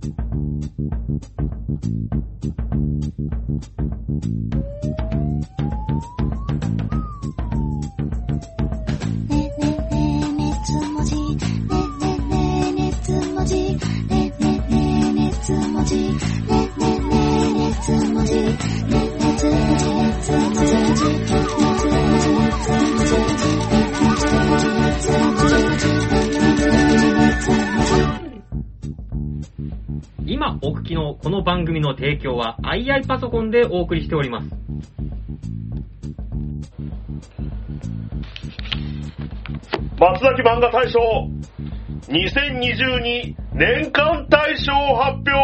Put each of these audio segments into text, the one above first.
今お聞きのこの番組の提供は II パソコンでお送りしております。 松崎漫画大賞2022年間大賞発表。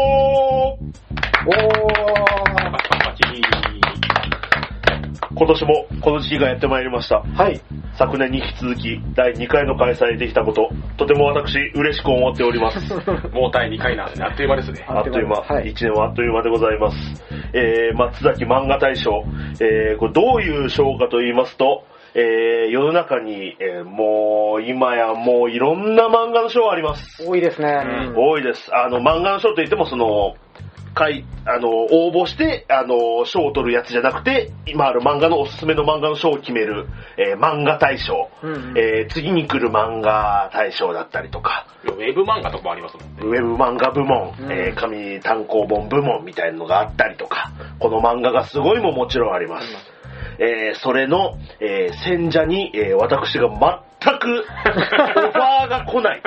今年もこの時期がやってまいりました。 はい。 昨年に引き続き第2回の開催できたこと、とても私嬉しく思っております。 もう第2回なんであっという間ですね。 あっという間、 はい、 1年はあっという間でございます。松崎漫画大賞、これどういう賞かと言いますと、世の中に、もう今やもういろんな漫画の賞あります。 多いですね。 多いです。漫画の賞といってもその応募して賞を取るやつじゃなくて、今ある漫画のおすすめの漫画の賞を決める、漫画大賞、次に来る漫画大賞だったりとか、 ウェブ漫画とかもありますもんね。 ウェブ漫画部門、紙単行本部門みたいなのがあったりとか、この漫画がすごいもちろんあります。それの、選者に、私が全くオファーが来ない。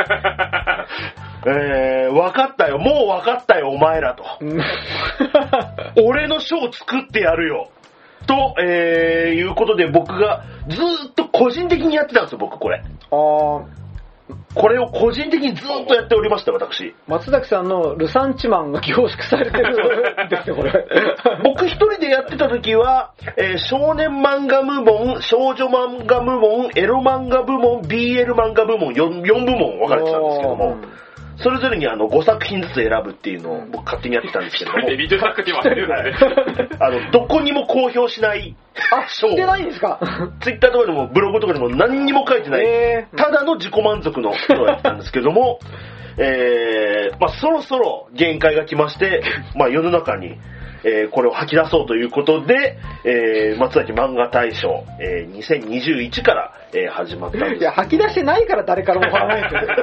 分かったよ、もう分かったよお前らと。俺の賞作ってやるよと、いうことで僕がずーっと個人的にやってたんですよ、僕これ。これを個人的にずーっとやっておりました、私。 松崎さんのルサンチマンが凝縮されてるんですよ、これ。 僕一人でやってた時は、少年漫画部門、少女漫画部門、エロ漫画部門、BL 漫画部門、4部門分かれてたんですけども、それぞれに5作品ずつ選ぶっていうのを僕勝手にやってたんですけども、 で20作品は出るんでどこにも公表しない賞。 してないんですか？ ツイッターとかでもブログとかでも何にも書いてない、ただの自己満足の人をやってたんですけども、そろそろ限界が来まして、世の中にこれを吐き出そうということで、松崎漫画大賞、2021から、始まったんです。 いや、吐き出してないから誰からも払わないんですよ。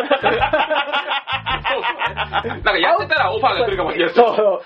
なんかやってたらオファーが来るかもしれない。 そう。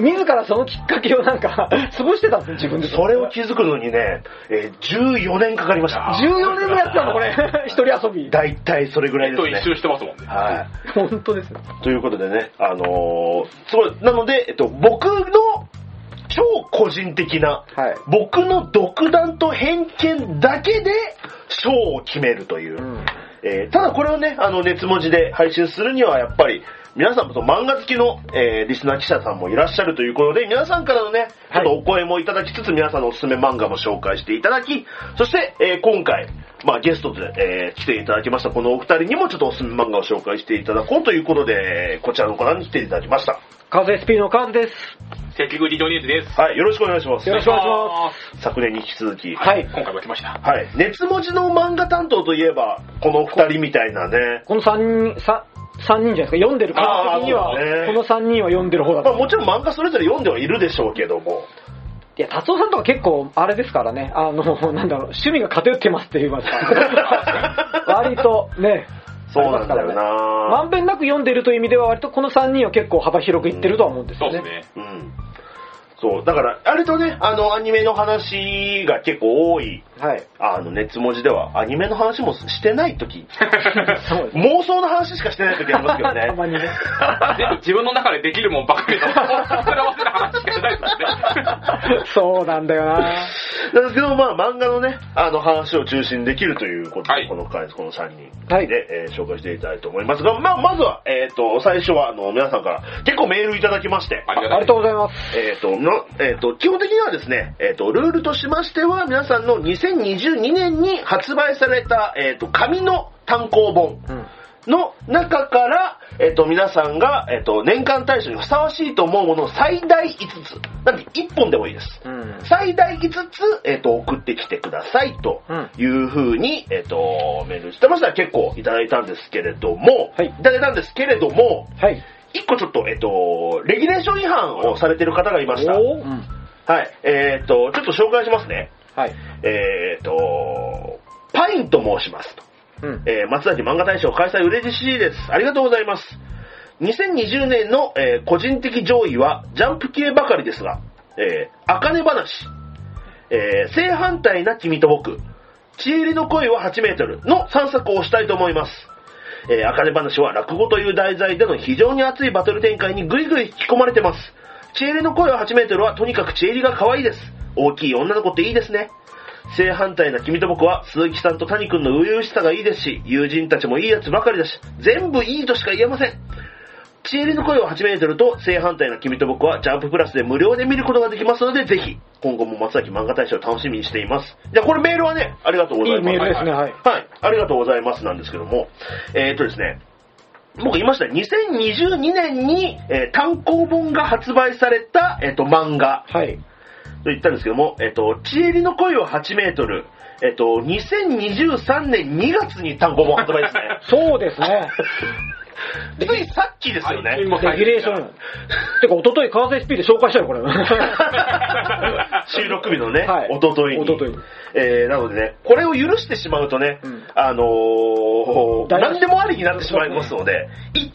自らそのきっかけをなんか潰してたんですよ、自分で。 それを気づくのにね、14年かかりました。 14年もやってたのこれ。一人遊び。 だいたいそれぐらいですね。 一周してますもんね。 はい。 本当ですね。 ということでね、すごい、なので、僕の超個人的な、僕の独断と偏見だけで賞を決めるという。ただこれをね、熱文字で配信するにはやっぱり、皆さんも漫画好きの、リスナー記者さんもいらっしゃるということで、皆さんからのね、ちょっとお声もいただきつつ、皆さんのおすすめ漫画も紹介していただき、そして、今回、ゲストで、来ていただきましたこのお二人にもちょっとおすすめ漫画を紹介していただこうということで、こちらのコーナーに来ていただきました。 カズ SP のカズです。 関口ジョニーズです。 はい、よろしくお願いします。 よろしくお願いします。 昨年に引き続き。 はい。 今回も来ました。 はい。熱文字の漫画担当といえば、この二人みたいなね。 この3人じゃないですか。読んでる方的には、この3人は読んでる方だと。 もちろん漫画それぞれ読んではいるでしょうけども。 いや、達夫さんとか結構、あれですからね。趣味が偏ってますって言いますか。割とね。 そうなんだよな、 まんべんなく読んでるという意味では割とこの3人は結構幅広くいってるとは思うんですよね。 そうですね。 そう、だから、あれとね、アニメの話が結構多い、熱文字では、アニメの話もしてないとき、妄想の話しかしてないときありますけどね。 たまにね。 自分の中でできるもんばっかりの、膨らませた話しかしてないですね。 そうなんだよな。 なんですけど、漫画のね、話を中心にできるということで、この3人で、紹介していきたいと思いますが、まずは、最初は、皆さんから結構メールいただきまして、 ありがとうございます。 基本的にはですね、ルールとしましては、皆さんの2022年に発売された、紙の単行本の中から、皆さんが、年間大賞にふさわしいと思うものを最大5つ、なんで1本でもいいです。最大5つ、送ってきてくださいという風に、メールしてましたら結構いただいたんですけれども、 一個ちょっと、レギュレーション違反をされてる方がいました。はい。ちょっと紹介しますね。 はい。 パインと申しますと。松崎漫画大賞開催嬉しいです。ありがとうございます。2020年の、個人的上位はジャンプ系ばかりですが、あかね話、正反対な君と僕、ちえりの恋は8メートルの3作をしたいと思います。あかね話は落語という題材での非常に熱いバトル展開にぐいぐい引き込まれてます。ちえりの恋は8メートルはとにかくちえりが可愛いです。大きい女の子っていいですね。正反対な君と僕は鈴木さんと谷君の初々しさがいいですし、友人たちもいいやつばかりだし、全部いいとしか言えません。ちえりの声は8メートルと正反対な君と僕はジャンププラスで無料で見ることができますので、ぜひ今後も松崎漫画大賞を楽しみにしています。じゃあこれメールはね、ありがとうございます。 いいメールですね、はい。 はい、ありがとうございますなんですけども、ですね、僕言いました、2022年に、単行本が発売された、漫画。はい。と言ったんですけども、ちえりの恋は8メートル、2023年2月に単行本発売ですね。 そうですね。 ついさっきですよね。 レギュレーション。てか、おととい、川崎スピーで紹介したよ、これ。 収録日のね、 はい、 おとといに。なのでね、これを許してしまうとね、何でもありになってしまいますので、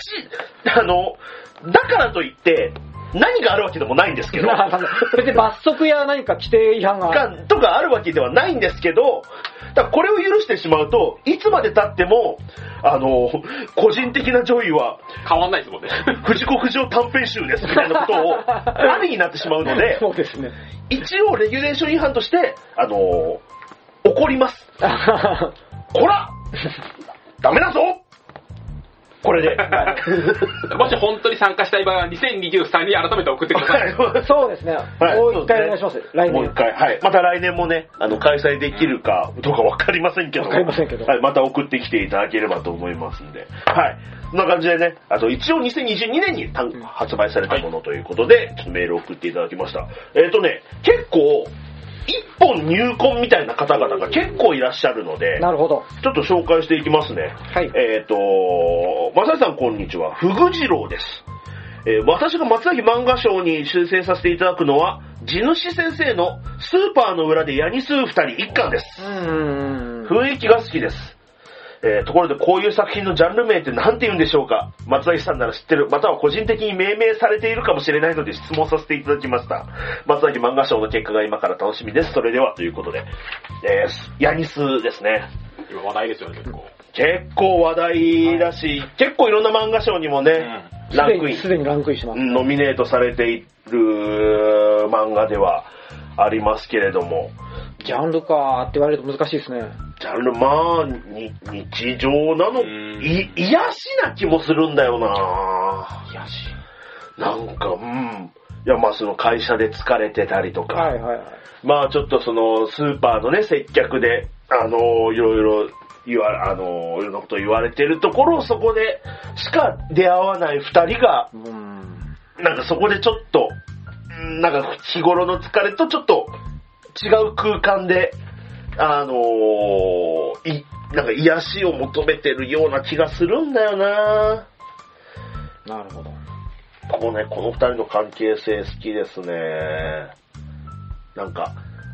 だからといって、何があるわけでもないんですけど。 別に罰則や何か規定違反が。 とかあるわけではないんですけど、だからこれを許してしまうと、いつまで経っても、個人的な上位は、 変わんないですもんね。 藤子不二雄短編集ですみたいなことを、ありになってしまうので、 そうですね。 一応レギュレーション違反として、怒ります。こらダメだぞこれで。 もし本当に参加したい場合は2023に改めて送ってください。 そうですね。もう一回お願いします。来年。 もう一回。はい。また来年もね、開催できるかどうかわかりませんけど。 わかりませんけど。 はい。また送ってきていただければと思いますんで。はい。こんな感じでね、一応2022年に発売されたものということで、ちょっとメールを送っていただきました。結構、一本入魂みたいな方々が結構いらっしゃるので、 なるほど。 ちょっと紹介していきますね。 はい。 まささんこんにちは、ふぐじろうです。私が松崎漫画賞に修正させていただくのは、地主先生のスーパーの裏でヤニスー2人一巻です。雰囲気が好きです。ところでこういう作品のジャンル名って何て言うんでしょうか。松崎さんなら知ってる、または個人的に命名されているかもしれないので質問させていただきました。松崎漫画賞の結果が今から楽しみです。それではということで、ヤニスですね。 今話題ですよね、 結構話題だし、結構いろんな漫画賞にもね、ランクイン。 すでにランクインしてます。 ノミネートされている漫画ではありますけれども。 ジャンルかって言われると難しいですね。 ジャンル、まあ、日常なの、癒しな気もするんだよな。 癒し。 なんか、いや、まあその会社で疲れてたりとか。 はいはいはい。 まあちょっとそのスーパーのね、接客で、いろいろいろんなこと言われてるところをそこでしか出会わない二人が、なんかそこでちょっと、なんか日頃の疲れとちょっと違う空間で、なんか癒しを求めてるような気がするんだよな。 なるほど。 この二人の関係性好きですね。なんか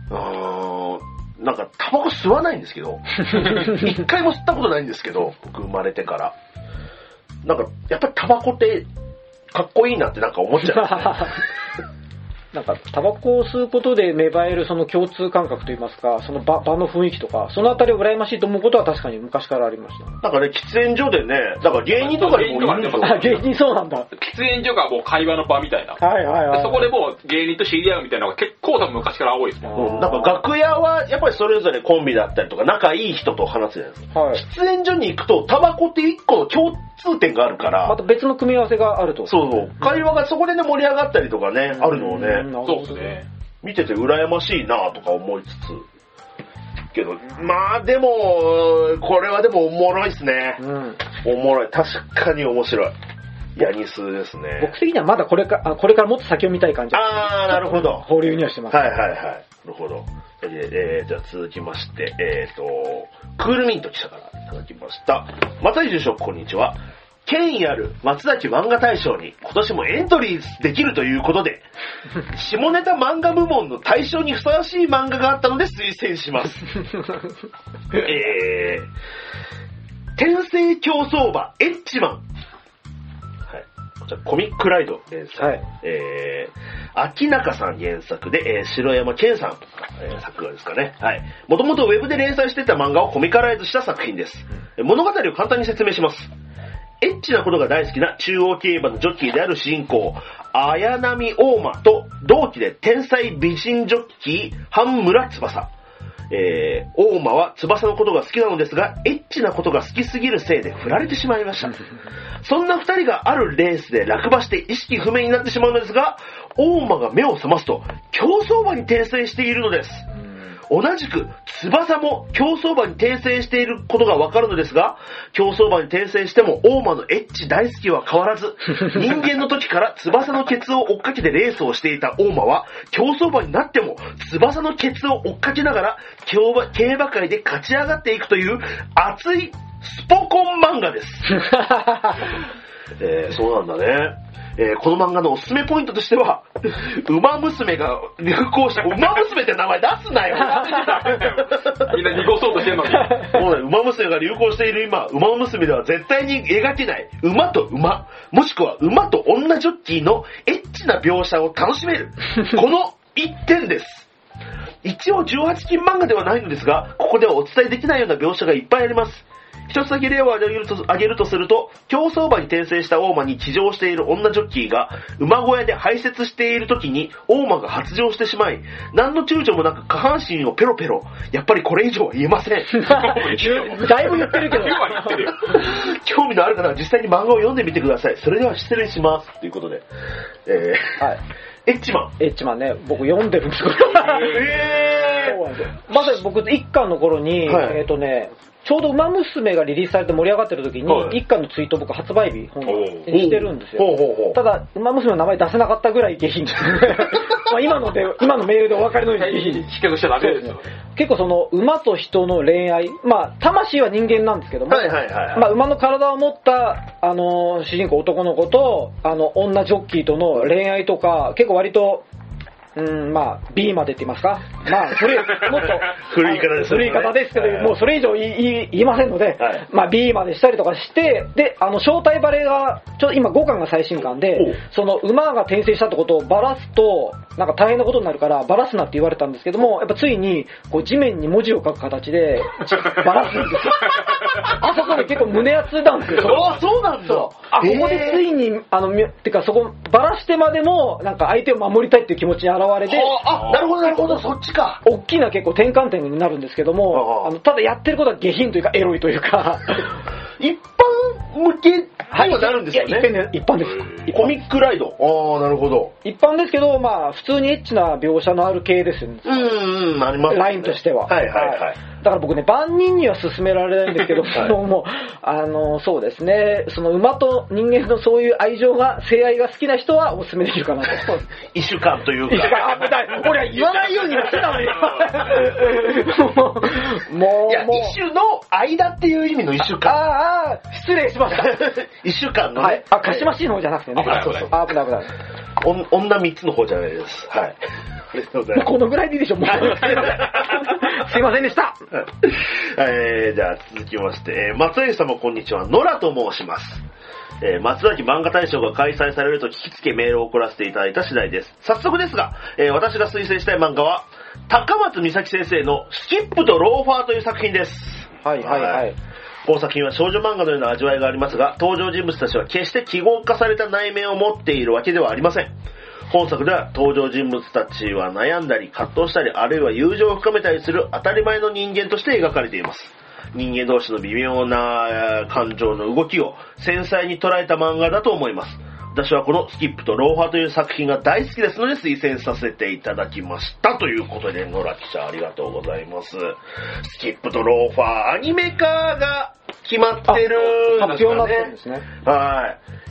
タバコ吸わないんですけど、一回も吸ったことないんですけど、僕生まれてから。なんか、やっぱりタバコってかっこいいなってなんか思っちゃうんですね。 なんか、タバコを吸うことで芽生えるその共通感覚といいますか、その場の雰囲気とか、そのあたりを羨ましいと思うことは確かに昔からありました。 なんかね、喫煙所でね、だから芸人とかでもいるんですよ。 芸人そうなんだ。 喫煙所がもう会話の場みたいな。 はいはいはい。 そこでもう芸人と知り合うみたいなのが結構多分昔から多いですもん。 なんか楽屋はやっぱりそれぞれコンビだったりとか仲いい人と話すじゃないですか。はい、喫煙所に行くとタバコって一個の共通点があるから。 また別の組み合わせがあると。 そう。会話がそこでね盛り上がったりとかね、あるのをね。 そうですね。 見てて羨ましいなとか思いつつ。けど、まあでも、これはでもおもろいっすね。おもろい。確かに面白い。ヤニスですね。 僕的にはまだこれからもっと先を見たい感じ。 あー、なるほど。 保留にはしてます。 はいはいはい。なるほど。じゃあ続きまして、クールミント記者からいただきました。またい住職こんにちは。 権威ある松崎漫画大賞に今年もエントリーできるということで、下ネタ漫画部門の大賞にふさわしい漫画があったので推薦します。転生競走馬エッチマン。はい。こちらコミックライド連載。はい。秋中さん原作で、城山健さん、作画ですかね。はい。もともとウェブで連載してた漫画をコミカライズした作品です。物語を簡単に説明します。エッチなことが大好きな中央競馬のジョッキーである主人公、綾波大馬と同期で天才美人ジョッキー、半村翼。大馬は翼のことが好きなのですが、エッチなことが好きすぎるせいで振られてしまいました。そんな二人があるレースで落馬して意識不明になってしまうのですが、大馬が目を覚ますと競走馬に転生しているのです。同じく翼も競走馬に転生していることがわかるのですが、競走馬に転生しても大馬のエッチ大好きは変わらず、人間の時から翼のケツを追っかけてレースをしていた大馬は、競走馬になっても翼のケツを追っかけながら競馬界で勝ち上がっていくという熱いスポコン漫画です。そうなんだね。この漫画のおすすめポイントとしては、馬娘が流行した、馬娘って名前出すなよ。 みんな濁そうとしてんのに。 そうだよ、馬娘が流行している今、馬娘では絶対に描けない馬と馬、もしくは馬と女ジョッキーのエッチな描写を楽しめる、この一点です。一応18禁漫画ではないのですが、ここではお伝えできないような描写がいっぱいあります。一つだけ例を挙げるとすると、競走馬に転生した大馬に騎乗している女ジョッキーが馬小屋で排泄している時に大馬が発情してしまい、何の躊躇もなく下半身をペロペロ。やっぱりこれ以上は言えません。 だいぶ言ってるけど。 興味のある方は実際に漫画を読んでみてください。それでは失礼します。ということで。はい。エッチマン。 エッチマンね、僕読んでるんですけど。まさに僕一巻の頃に、ちょうど馬娘がリリースされて盛り上がってる時に、一巻のツイート僕発売日にしてるんですよ。ただ、馬娘の名前出せなかったぐらい下品です。まあ今のメールでお分かりのように下品。 引きしちゃダメですよ。 結構その馬と人の恋愛、まあ魂は人間なんですけども、まあ馬の体を持った主人公男の子と女ジョッキーとの恋愛とか、結構割とまあ B までって言いますか、まあもっと古い言い方ですね。 古い言い方ですけど、もうそれ以上言いませんので、まあ B までしたりとかして、で正体バレがちょっと今5巻が最新巻で、その馬が転生したってことをバラすとなんか大変なことになるからバラすなって言われたんですけども、やっぱついにこう地面に文字を書く形でバラすんですよ。あそこで結構胸熱なんですよ。 あ、そうなんだ。 ここでついにてかそこバラしてまでもなんか相手を守りたいっていう気持ちに現れて、 なるほどなるほど、そっちか。 大きな結構転換点になるんですけども、ただやってることは下品というかエロいというか一般向けにはなるんですよね。 一般です。 コミックライド。ああ、なるほど。 一般ですけど、まあ普通にエッチな描写のある系ですよね。 ありますね。 ラインとしては。 はいはいはい。 だから僕ね、万人には勧められないんですけど、もうそうですね、その馬と人間のそういう性愛が好きな人はお勧めできるかなと。 一週間というか。 俺は言わないようにしてたのよ。 いや、一種の間っていう意味の一週間。 失礼しました。 一週間のね。 かしましいの方じゃなくてね。危ない。 女3つの方じゃないです。はい。ありがとうございます。 このぐらいでいいでしょ、もう。すいませんでした。 じゃあ続きまして、松江様こんにちは、野良と申します。松崎漫画大賞が開催されると聞きつけメールを送らせていただいた次第です。早速ですが、私が推薦したい漫画は高松美咲先生のスキップとローファーという作品です。はい。この作品は少女漫画のような味わいがありますが、登場人物たちは決して記号化された内面を持っているわけではありません。本作では登場人物たちは悩んだり葛藤したり、あるいは友情を深めたりする当たり前の人間として描かれています。人間同士の微妙な感情の動きを繊細に捉えた漫画だと思います。私はこのスキップとローファーという作品が大好きですので推薦させていただきましたということで、野良記者ありがとうございます。スキップとローファーアニメ化が決まってるんですかね。 発表になってるんですね。 はい。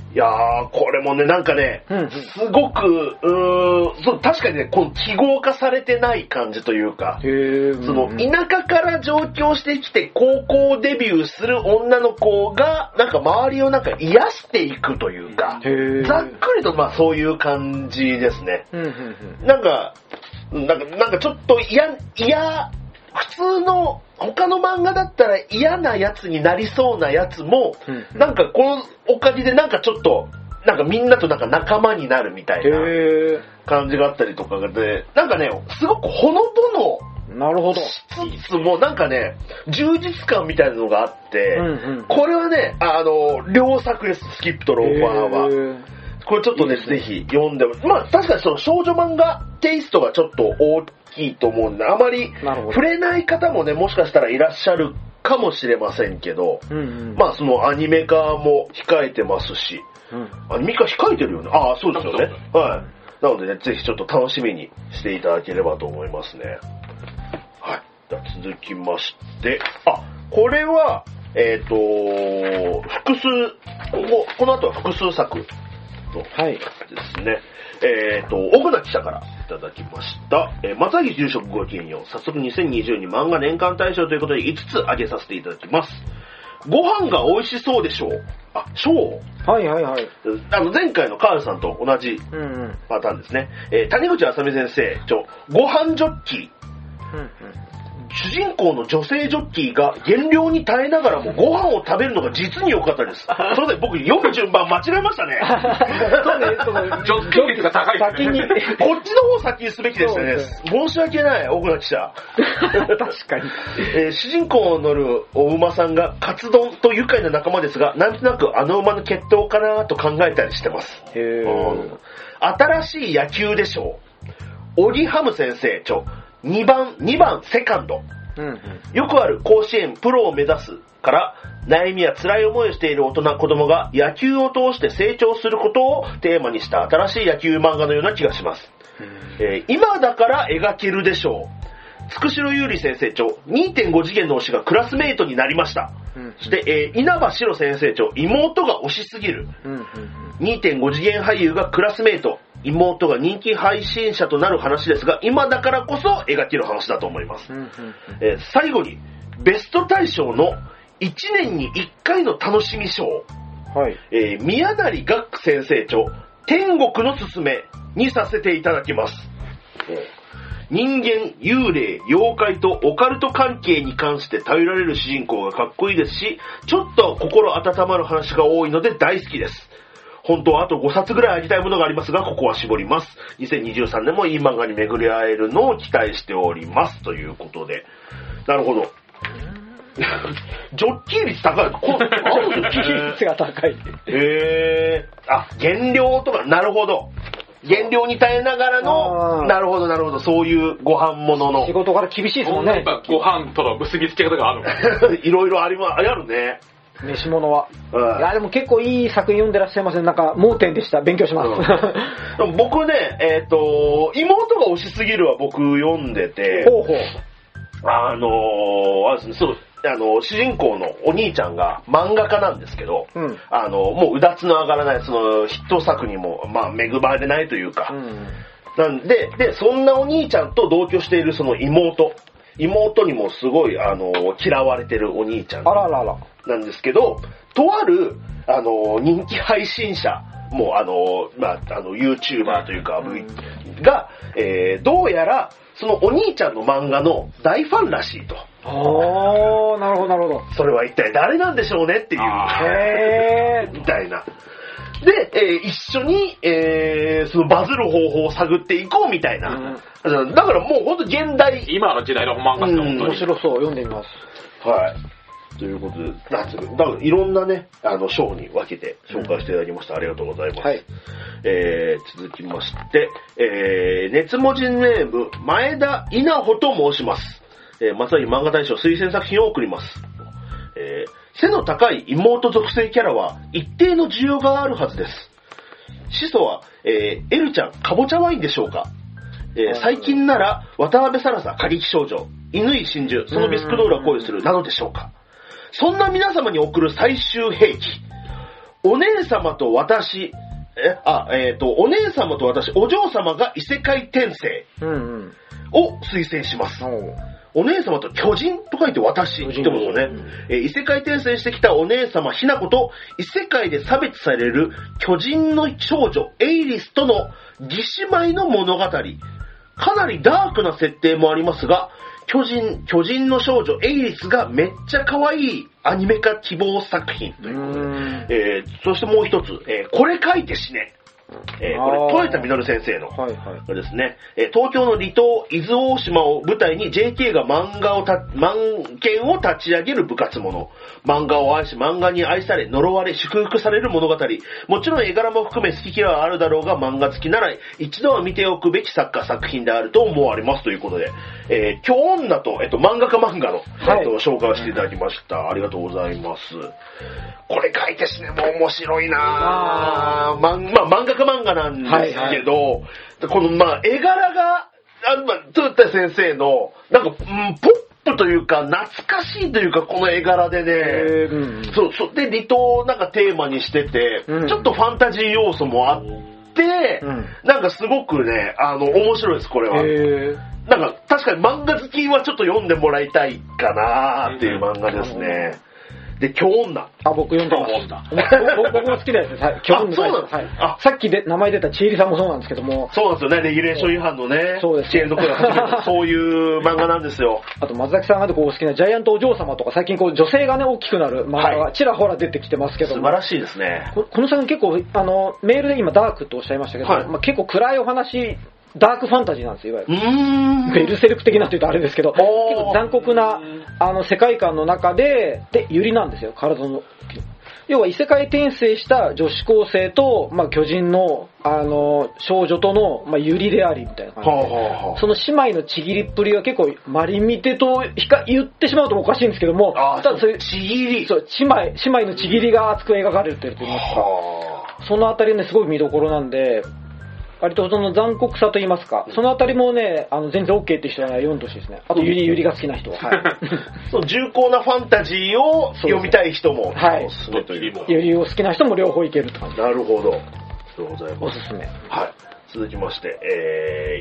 いやー、これもね、なんかね、すごく、そう確かにね、この記号化されてない感じというか、その田舎から上京してきて高校デビューする女の子が、なんか周りをなんか癒していくというか、ざっくりとまあそういう感じですね。なんかちょっと普通の他の漫画だったら嫌なやつになりそうなやつも、なんかこのおかげでなんかちょっとなんかみんなとなんか仲間になるみたいな感じがあったりとかで、なんかねすごくほのぼのなるほど。 しつつもなんかね充実感みたいなのがあって、これはね良作です。スキップとローファーは。これちょっとねぜひ読んでも、まあ確かにその少女漫画テイストがちょっと大きいと思うんで、あまり触れない方もねもしかしたらいらっしゃるかもしれませんけど、まあそのアニメ化も控えてますし、アニメ化控えてるよね。ああそうですよね。はい。なのでねぜひちょっと楽しみにしていただければと思いますね。はい。では続きまして、これは複数この後は複数作はいですね。奥名記者からいただきました。松木住職ごきげんよう。早速2022漫画年間大賞ということで5つ挙げさせていただきます。ご飯が美味しそうでしょう。賞？ はいはいはい。 前回のカールさんと同じパターンですね。谷口あさみ先生、ご飯ジョッキー。主人公の女性ジョッキーが減量に耐えながらもご飯を食べるのが実に良かったです。それで僕読む順番間違えましたね。 そうね、そのジョッキー率が高いですね。 こっちの方先にすべきでしたね。申し訳ない、奥名記者。 確かに。 主人公を乗るお馬さんがカツ丼と愉快な仲間ですが、なんとなくあの馬の血統かなと考えたりしてます。新しい野球でしょう。オギハム先生、2番セカンド、よくある甲子園プロを目指すから悩みや辛い思いをしている子供が野球を通して成長することをテーマにした新しい野球漫画のような気がします。今だから描けるでしょう。つくしろゆうり先生著 2.5 次元の推しがクラスメイトになりました。そして、稲葉白先生著妹が推しすぎる。2.5 次元俳優がクラスメイト、妹が人気配信者となる話ですが、今だからこそ描ける話だと思います。最後にベスト大賞の1年に1回の楽しみ賞、宮成岳先生著天国のすすめにさせていただきます。人間、幽霊、妖怪とオカルト関係に関して頼られる主人公がかっこいいですし、ちょっと心温まる話が多いので大好きです。本当はあと5冊ぐらいあげたいものがありますが、ここは絞ります。2023年もいい漫画に巡り会えるのを期待しております。ということで。なるほど。ジョッキー率高い。ジョッキー率が高い。 減量とか、なるほど。減量に耐えながらの、なるほど、そういうご飯ものの。 仕事から厳しいですもんね。 やっぱご飯との結びつけ方があるの。いろいろあるね。 飯物は。いや、でも結構いい作品読んでらっしゃいますね。なんか、盲点でした。勉強します。 僕ね、妹が推しすぎるは僕読んでて、主人公のお兄ちゃんが漫画家なんですけど、もううだつの上がらない、そのヒット作にも、恵まれないというか、なんで、そんなお兄ちゃんと同居しているその妹にもすごい、嫌われてるお兄ちゃんなんですけど、とある、人気配信者、もうYouTuber というか、が、どうやら、そのお兄ちゃんの漫画の大ファンらしいと。 なるほど。 それは一体誰なんでしょうねっていう。みたいな。で、一緒に、そのバズる方法を探っていこうみたいな。だからもうほんと現代。 今の時代の漫画って本当に。 面白そう。読んでみます。 はい。ということで、だからいろんなね、章に分けて紹介していただきました。ありがとうございます。続きまして、熱文字ネーム、前田稲穂と申します。まさに漫画大賞推薦作品を送ります。背の高い妹属性キャラは一定の需要があるはずです。始祖は、エルちゃん、かぼちゃワインでしょうか。最近なら、渡辺サラサ、過激少女、乾真珠、そのビスクドールは恋する、などでしょうか。そんな皆様に送る最終兵器。 お姉様と私、お姉様と私、お嬢様が異世界転生を推薦します。お姉様と巨人と書いて私ってことですよね。異世界転生してきたお姉様ひな子と異世界で差別される巨人の少女エイリスとの義姉妹の物語。かなりダークな設定もありますが、巨人の少女エイリスがめっちゃ可愛いアニメ化希望作品ということで、そしてもう一つ、これ書いて死ね。これ、豊田稔先生の、ですね、東京の離島、伊豆大島を舞台に JK が漫研を立ち上げる部活もの。漫画を愛し、漫画に愛され、呪われ、祝福される物語。もちろん絵柄も含め好き嫌いはあるだろうが、漫画好きなら一度は見ておくべき作品であると思われますということで、京女と、漫画家漫画の、紹介をしていただきました。ありがとうございます。これ書いて死ねも面白いなぁ。漫画家漫画なんですけど、この絵柄が、豊田先生の、なんか、ポップというか、懐かしいというか、この絵柄でね、で、離島をなんかテーマにしてて、ちょっとファンタジー要素もあって、なんかすごくね、面白いです、これは。なんか、確かに漫画好きはちょっと読んでもらいたいかなーっていう漫画ですね。で、京女。 僕読んでます。僕も好きなやつです。京女。 そうなんです。 さっき名前出た千入さんもそうなんですけども。 そうなんですよね。レギュレーション違反のね。そうです。チェーンドクラブ。そういう漫画なんですよ。 あと、松崎さんがお好きなジャイアントお嬢様とか、最近女性がね、大きくなる漫画がちらほら出てきてますけども。 素晴らしいですね。 この作品結構、メールで今ダークっておっしゃいましたけど、結構暗いお話、ダークファンタジーなんですよ、いわゆる。ベルセルク的なというとあれですけど、結構残酷な世界観の中で、ユリなんですよ、体の。要は異世界転生した女子高生と、巨人の、少女との、ユリでありみたいな感じで、その姉妹のちぎりっぷりが結構、マリミテと言ってしまうとおかしいんですけども、 ただそういうちぎり、 そう姉妹のちぎりが熱く描かれてると言いますか、そのあたりね、すごい見どころなんで、割とその残酷さと言いますか、そのあたりもね、全然 OK って人は読んでほしいですね。あと、ユリが好きな人は。 そう重厚なファンタジーを読みたい人も、おすすめという。 ユリを好きな人も両方いけるって感じ。 なるほど。ありがとうございます。 おすすめ。 はい。続きまして、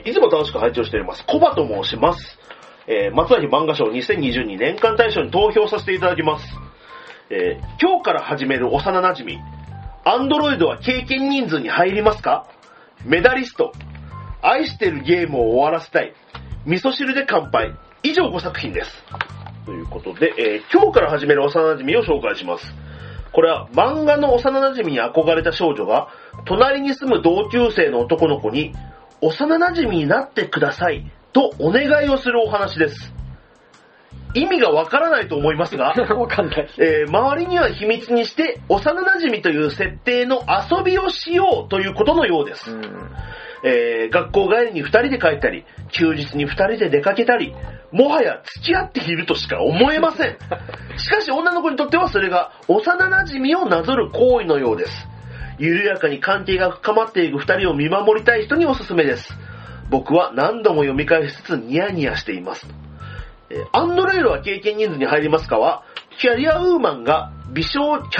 いつも楽しく拝聴しております。コバと申します。松崎漫画賞2022年間大賞に投票させていただきます。今日から始める幼馴染。アンドロイドは経験人数に入りますか？メダリスト、愛してるゲームを終わらせたい、味噌汁で乾杯、以上5作品です。ということで、今日から始める幼馴染を紹介します。これは漫画の幼馴染に憧れた少女が、隣に住む同級生の男の子に、幼馴染になってください、とお願いをするお話です。意味がわからないと思いますが、 わかんない。 周りには秘密にして幼馴染という設定の遊びをしようということのようです。学校帰りに2人で帰ったり、休日に2人で出かけたり、もはや付き合っているとしか思えません。しかし女の子にとってはそれが幼馴染をなぞる行為のようです。緩やかに関係が深まっていく2人を見守りたい人におすすめです。僕は何度も読み返しつつニヤニヤしています。アンドロイドは経験人数に入りますかは、キャリアウーマンが美少女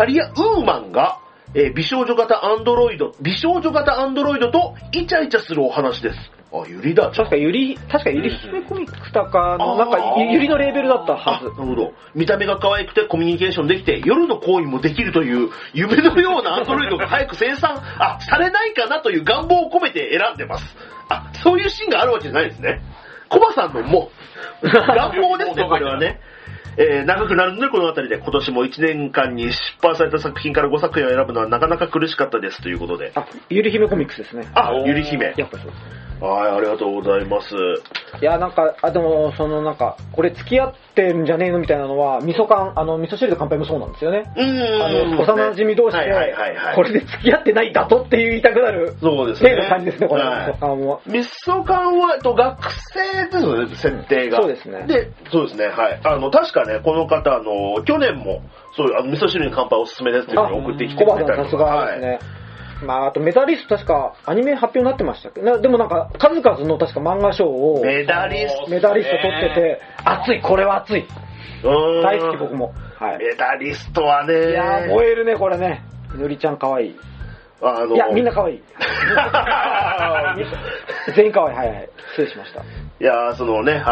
型アンドロイドとイチャイチャするお話です。ユリだ。 確かユリ姫コミックスとかの、なんかユリのレーベルだったはず。 なるほど。見た目が可愛くてコミュニケーションできて、夜の行為もできるという夢のようなアンドロイドが早く生産、されないかなという願望を込めて選んでます。そういうシーンがあるわけじゃないですね。コバさんのもう、願望ですね、これはね。長くなるのでこのあたりで今年も1年間に出版された作品から5作品を選ぶのはなかなか苦しかったですということで。 ゆり姫コミックスですね。 ゆり姫。 やっぱそうです。 はい、ありがとうございます。 いや、なんか、でも、これ付き合ってんじゃねえのみたいなのは、味噌汁と乾杯もそうなんですよね。幼馴染同士で、これで付き合ってないだとって言いたくなる、 そうですね。 の感じですね、これ。 味噌缶は、学生ですよね、設定が。 そうですね。 そうですね、はい。確かね、この方、去年も、そういう、味噌汁に乾杯おすすめですっていうのを送ってきてくれたりとか。 さすがですね。あとメダリスト確かアニメ発表になってましたっけど、でもなんか数々の確か漫画賞をメダリスト取ってて、熱い、これは熱い。大好き僕も。 メダリストはね。 いや燃えるね、これね。 みのりちゃん可愛い。いいや、みんな可愛い。全員可愛い。はい。失礼しました。 いやそのね、フ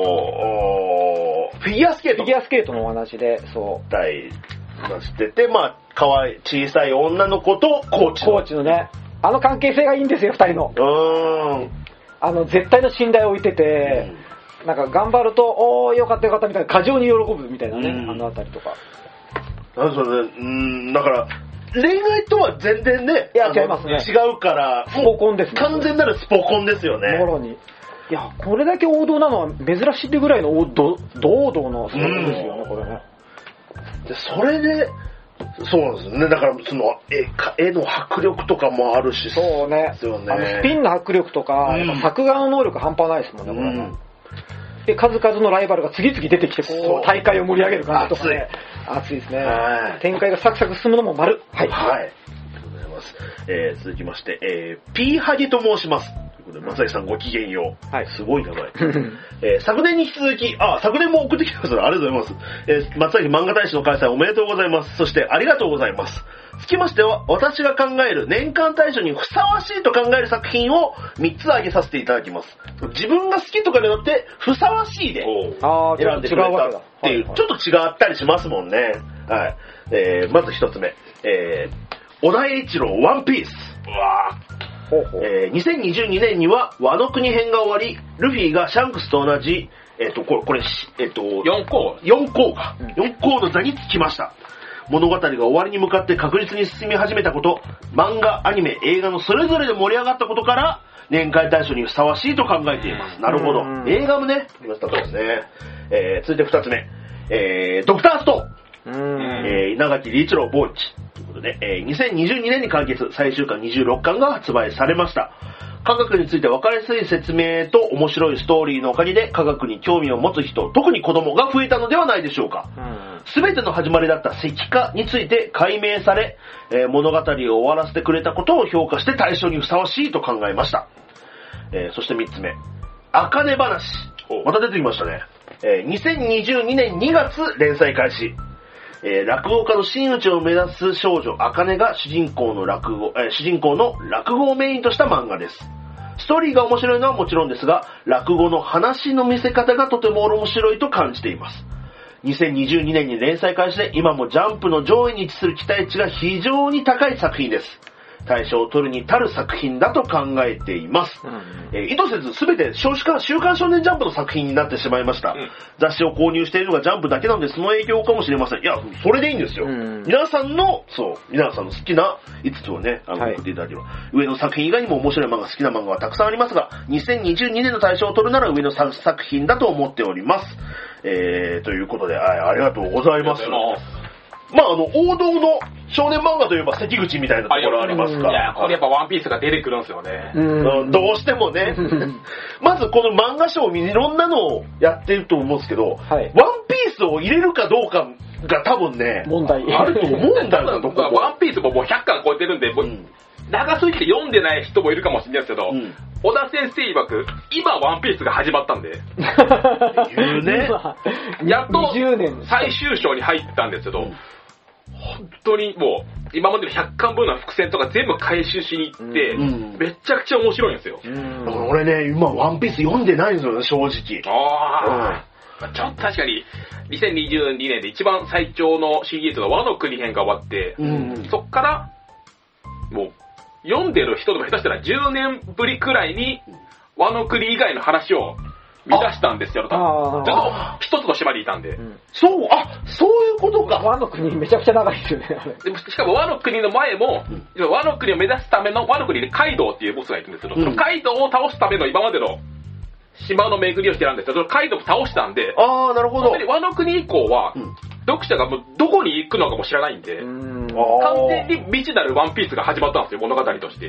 ィギュアスケートのお話で、そう。 してて、まあ、可愛い、小さい女の子とコーチのね、あの関係性がいいんですよ、二人の。絶対の信頼を置いてて、なんか頑張ると、おー、よかったよかったみたいな、過剰に喜ぶみたいなね、あのあたりとか。 だから、恋愛とは全然ね、 いや、違いますね。 違うから、 スポコンですね。 完全なるスポコンですよね。 もろに。いや、これだけ王道なのは珍しいってぐらいの堂々のスポコンですよね、これね。 で、それで、そうなんですね。だから、その、絵の迫力とかもあるし。 そうね。 ですよね。 スピンの迫力とか、作画の能力半端ないですもんね、これね。で、数々のライバルが次々出てきて、こう、大会を盛り上げる感じとかね。熱いですね。展開がサクサク進むのも丸。はい。 はい。ありがとうございます。続きまして、P ハゲと申します。松崎さんごきげんよう。はい。すごい名前。昨年に引き続き、昨年も送ってきてください。ありがとうございます。松崎漫画大使の開催おめでとうございます。そしてありがとうございます。つきましては、私が考える年間大賞にふさわしいと考える作品を3つ挙げさせていただきます。自分が好きとかではなくて、ふさわしいで選んでくれたっていう、ちょっと違ったりしますもんね。はい。まず1つ目。小田栄一郎ワンピース。2022年にはワノ国編が終わり、ルフィがシャンクスと同じ、4校の座につきました。物語が終わりに向かって確実に進み始めたこと、漫画、アニメ、映画のそれぞれで盛り上がったことから、年間大賞にふさわしいと考えています。なるほど。映画もね、ありましたそうですね。続いて2つ目。ドクターストーン。稲垣理一郎ボーイチ。ということで、2022年に完結、最終巻26巻が発売されました。科学について分かりやすい説明と面白いストーリーのおかげで科学に興味を持つ人、特に子供が増えたのではないでしょうか。すべての始まりだった石化について解明され、物語を終わらせてくれたことを評価して大賞にふさわしいと考えました。そして3つ目、あかね話。また出てきましたね。2022年2月連載開始。落語家の真打ちを目指す少女あかねが主人公の落語をメインとした漫画です。ストーリーが面白いのはもちろんですが、落語の話の見せ方がとても面白いと感じています。2022年に連載開始で今もジャンプの上位に位置する期待値が非常に高い作品です。大賞を取るに足る作品だと考えています。意図せず全て週刊少年ジャンプの作品になってしまいました。雑誌を購入しているのがジャンプだけなのでその影響かもしれません。いや、それでいいんですよ。皆さんの好きな5つをね、送っていただければ。上の作品以外にも面白い漫画、好きな漫画はたくさんありますが、2022年の大賞を取るなら上の作品だと思っております。ということで、ありがとうございます。まあ王道の少年漫画といえば関口みたいなところありますから。 いや、これやっぱワンピースが出てくるんですよね。 どうしてもね。まずこの漫画賞いろんなのをやってると思うんですけど、ワンピースを入れるかどうかが多分ね、 問題あると思うんだよ。 ワンピースももう100巻超えてるんで、長すぎて読んでない人もいるかもしれないですけど、小田先生曰く、今ワンピースが始まったんで。 言うね。 やっと最終章に入ったんですけど、本当にもう今までの100巻分の伏線とか全部回収しに行って、めちゃくちゃ面白いんですよ。 だから俺ね、今ワンピース読んでないんですよね、正直。 ちょっと確かに2022年で一番最長のシリーズの和の国編が終わって、そっからもう読んでる人でも下手したら10年ぶりくらいに和の国以外の話を見出したんですよ。ずっと一つの島にいたんで。 そういうことか。 和の国めちゃくちゃ長いですよね。 でもしかも和の国の前も、和の国を目指すための、和の国でカイドウっていうボスがいるんですけど、そのカイドウを倒すための今までの島の巡りをしてたんですけど、そのカイドウを倒したんで、 なるほど。 和の国以降は、読者がもうどこに行くのかも知らないんで、完全に未知なるワンピースが始まったんですよ、物語として。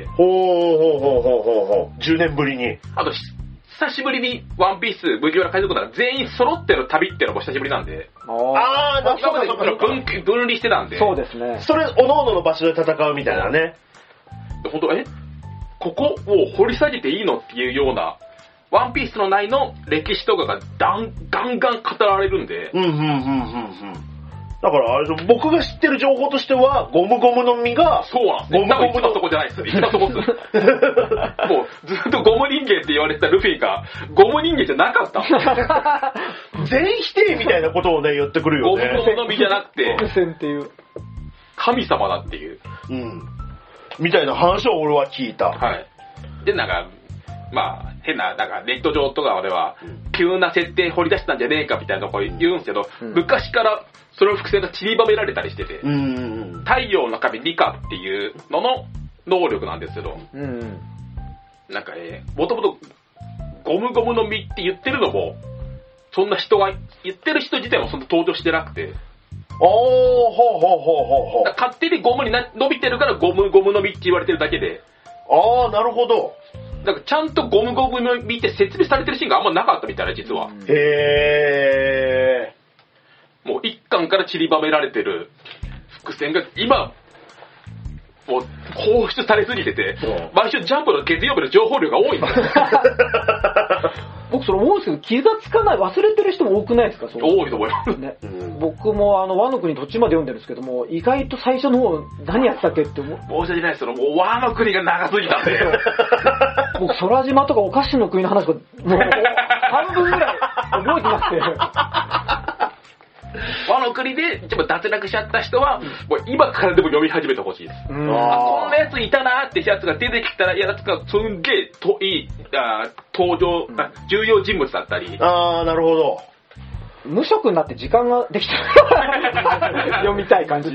10年ぶりに。 あと久しぶりにワンピース、麦わら海賊団が全員揃ってる旅っていうのも久しぶりなんで。 今まで分離してたんで。 そうですね。 それ、各々の場所で戦うみたいなね。 本当ここを掘り下げていいのっていうような、ワンピースの内の歴史とかがガンガン語られるんで。 だから僕が知ってる情報としては、ゴムゴムの実が、 そうなんですね。多分一番そこじゃないです。一番そこっす。もうずっとゴム人間って言われてたルフィが、ゴム人間じゃなかった。 全否定みたいなことをね、言ってくるよね。 ゴムゴムの実じゃなくて、 っていう。 神様だっていう。 うん。みたいな話を俺は聞いた。 はい。で、なんか、まあ、変な、なんかネット上とかでは、急な設定掘り出したんじゃねえかみたいなこと言うんですけど、昔からその伏線が散りばめられたりしてて、太陽の神ニカっていうのの能力なんですけど、なんかもともとゴムゴムの実って言ってるのも、そんな人が、言ってる人自体もそんな登場してなくて、勝手にゴムに伸びてるからゴムゴムの実って言われてるだけで、 なるほど。 なんかちゃんとゴムゴムの実って説明されてるシーンがあんまなかったみたいな、実は。 へー。もう一巻から散りばめられてる伏線が今、もう放出されすぎてて、毎週ジャンプの月曜日の情報量が多いんですよ。 僕それ思うんですけど、気がつかない、忘れてる人も多くないですか？ 多いと思います。 ね、僕もワノ国途中まで読んでるんですけども、意外と最初の方何やってたっけって思う。 申し訳ないですけど、もうワノ国が長すぎたんで。 僕、空島とかお菓子の国の話が、もう半分ぐらい覚えてなくて。 ワノ国でちょっと脱落しちゃった人は、もう今からでも読み始めてほしいです。こんなやついたなーってやつが出てきたら、いや、つかすんげえ登場、重要人物だったり。 なるほど。 無職になって時間ができた読みたい感じ。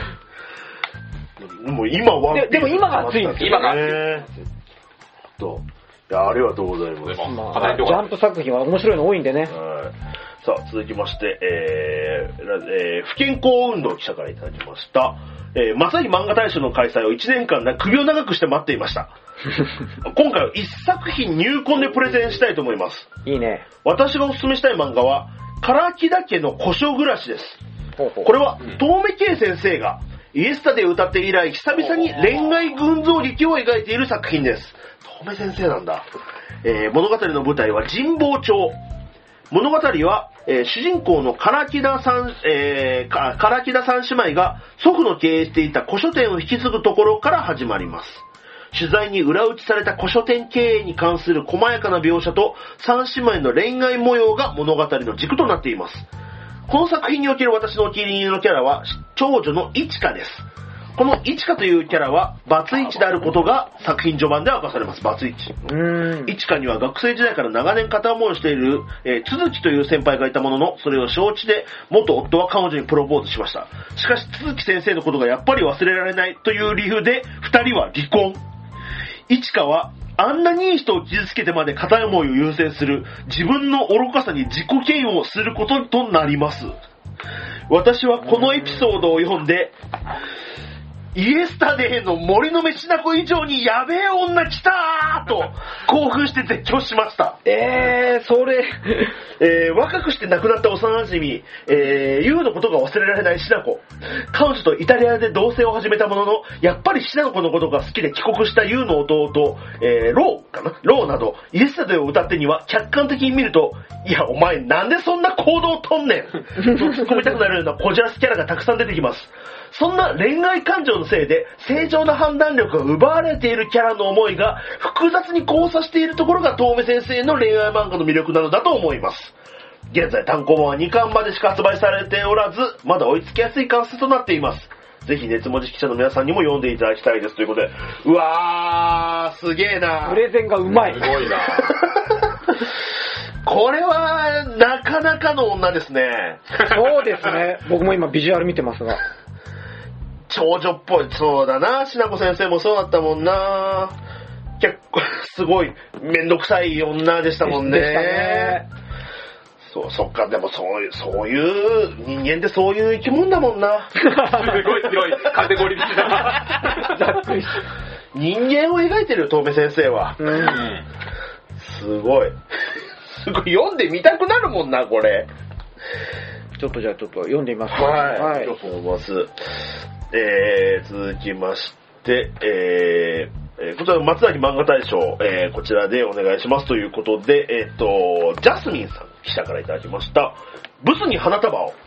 もう今はでも今が熱いんですよ。 今が熱い。 いや、ありがとうございます。 ジャンプ作品は面白いの多いんでね。 さあ、続きまして、不健康運動記者からいただきました。まさに漫画大賞の開催を1年間首を長くして待っていました。今回は1作品入魂でプレゼンしたいと思います。 いいね。 私がおすすめしたい漫画は、唐木田家の故障暮らしです。これは、遠目圭先生がイエスタで歌って以来、久々に恋愛群像劇を描いている作品です。遠目先生なんだ。物語の舞台は神保町。物語は、主人公の唐木田三姉妹が祖父の経営していた古書店を引き継ぐところから始まります。取材に裏打ちされた古書店経営に関する細やかな描写と三姉妹の恋愛模様が物語の軸となっています。この作品における私のお気に入りのキャラは長女のいちかです。このいちかというキャラはバツイチであることが作品序盤で明かされます。バツイチ。いちかには学生時代から長年片思いをしている、都築という先輩がいたものの、それを承知で元夫は彼女にプロポーズしました。しかし都築先生のことがやっぱり忘れられないという理由で二人は離婚。いちかはあんなにいい人を傷つけてまで片思いを優先する自分の愚かさに自己嫌悪をすることとなります。私はこのエピソードを読んで、イエスタデーの森の飯な子以上にやべえ女来たーと興奮して絶叫しました。 それ、 若くして亡くなった幼馴染、ユウのことが忘れられないシナコ。彼女とイタリアで同棲を始めたものの、やっぱりシナコのことが好きで帰国したユウの弟、ローなど、イエスタデーを歌ってには客観的に見ると、いやお前なんでそんな行動をとんねんと突っ込みたくなるようなこじらすキャラがたくさん出てきます。そんな恋愛感情のせいで正常な判断力が奪われているキャラの思いが複雑に交差しているところが遠目先生の恋愛漫画の魅力なのだと思います。現在単行本は2巻までしか発売されておらず、まだ追いつきやすい関数となっています。ぜひ熱文字記者の皆さんにも読んでいただきたいですということで、うわー、すげえな。 プレゼンがうまい。 すごいな。 これはなかなかの女ですね。 そうですね。僕も今ビジュアル見てますが。 長女っぽい。そうだな。しなこ先生もそうだったもんな。結構すごいめんどくさい女でしたもんね。でしたね。そっか。でもそういう人間ってそういう生き物だもんな。 すごい強いカテゴリー的な。ざっくりして。 人間を描いてるよ、遠目先生は。すごい。読んでみたくなるもんな、これ。 ちょっと読んでみます。 はい。読みます。続きまして、こちら松崎漫画大賞、こちらでお願いしますということで、ジャスミンさん、記者からいただきました。ブスに花束を。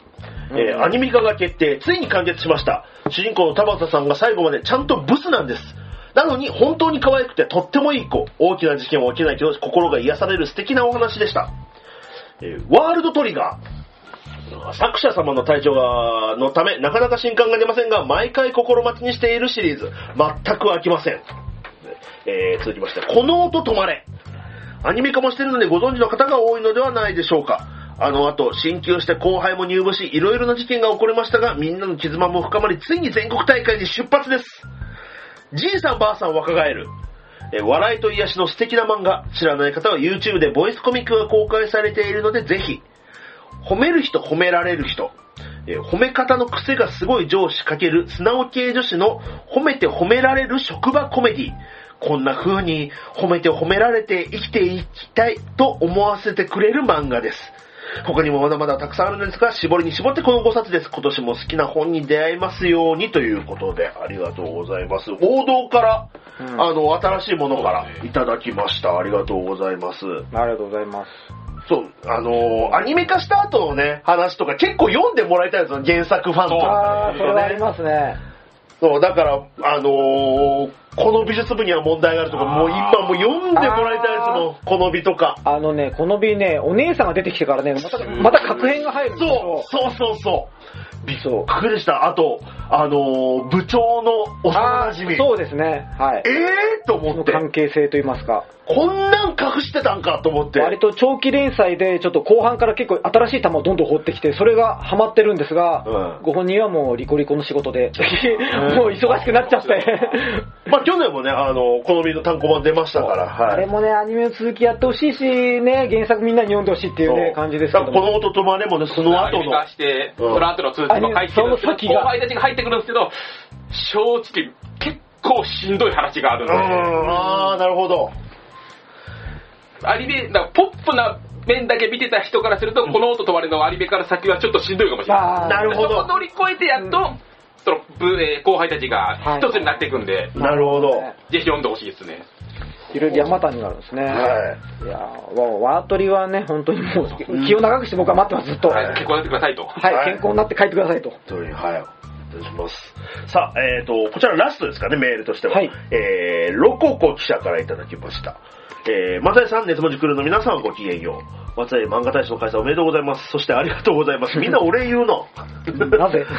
アニメ化が決定、ついに完結しました。主人公の田畑さんが最後までちゃんとブスなんです。なのに本当に可愛くてとってもいい子。大きな事件は起きないけど心が癒される素敵なお話でした。ワールドトリガー。作者様の体調のためなかなか新刊が出ませんが、毎回心待ちにしているシリーズ。全く飽きません。続きまして、この音止まれ。アニメ化もしてるのでご存知の方が多いのではないでしょうか。あの後、進級して後輩も入部し、いろいろな事件が起こりましたが、みんなの絆も深まり、ついに全国大会に出発です。じいさんばあさん若返る。笑いと癒しの素敵な漫画。知らない方は YouTube でボイスコミックが公開されているのでぜひ。褒める人褒められる人。褒め方の癖がすごい上司×素直系女子の褒めて褒められる職場コメディ。こんな風に褒めて褒められて生きていきたいと思わせてくれる漫画です。他にもまだまだたくさんあるのですが、絞りに絞ってこの5冊です。今年も好きな本に出会いますようにということで、ありがとうございます。王道から、新しいものからいただきました。ありがとうございます。 ありがとうございます。 そう、アニメ化した後のね、話とか結構読んでもらいたいですよ、原作ファンとか。 それはありますね。 そう、だから、この美術部には問題があるとか、もう今もう読んでもらいたいですもん、この美とか。 この美ね、お姉さんが出てきてからね、また確変が入るんですよ。そう。びっくりした。あと、部長の幼馴染。 そうですね。はい。 と思って。 関係性と言いますか。 こんなん隠してたんかと思って。 割と長期連載で、ちょっと後半から結構新しい玉をどんどん放ってきて、それがハマってるんですが、ご本人はもうリコリコの仕事で、もう忙しくなっちゃって。 まあ去年もね、この美の単行本出ましたから。 あれもね、アニメの続きやってほしいし、ね、原作みんなに読んでほしいっていうね、感じですけど。 この音とまれもね、その後の。 その後の通知も入ってるんですけど、後輩たちが入ってくるんですけど、正直結構しんどい話があるので。 なるほど。 アニメ、ポップな面だけ見てた人からすると、この音とまれのアニメから先はちょっとしんどいかもしれない。 なるほど。 そこを乗り越えてやっと、その後輩たちが一つになっていくんで、 なるほど。 ぜひ読んでほしいですね。 いろいろ山谷があるんですね。はい。いやワートリはね、本当にもう、気を長くして僕は待ってます、ずっと。 はい、健康になってくださいと。 はい、健康になって帰ってくださいと。 はい。お願いします。さあ、こちらラストですかね、メールとしては。はい。ロココ記者からいただきました。松井さん、熱文字クルーの皆さんごきげんよう。松井漫画大賞の開催おめでとうございます。そしてありがとうございます。みんなお礼言うの。 なぜ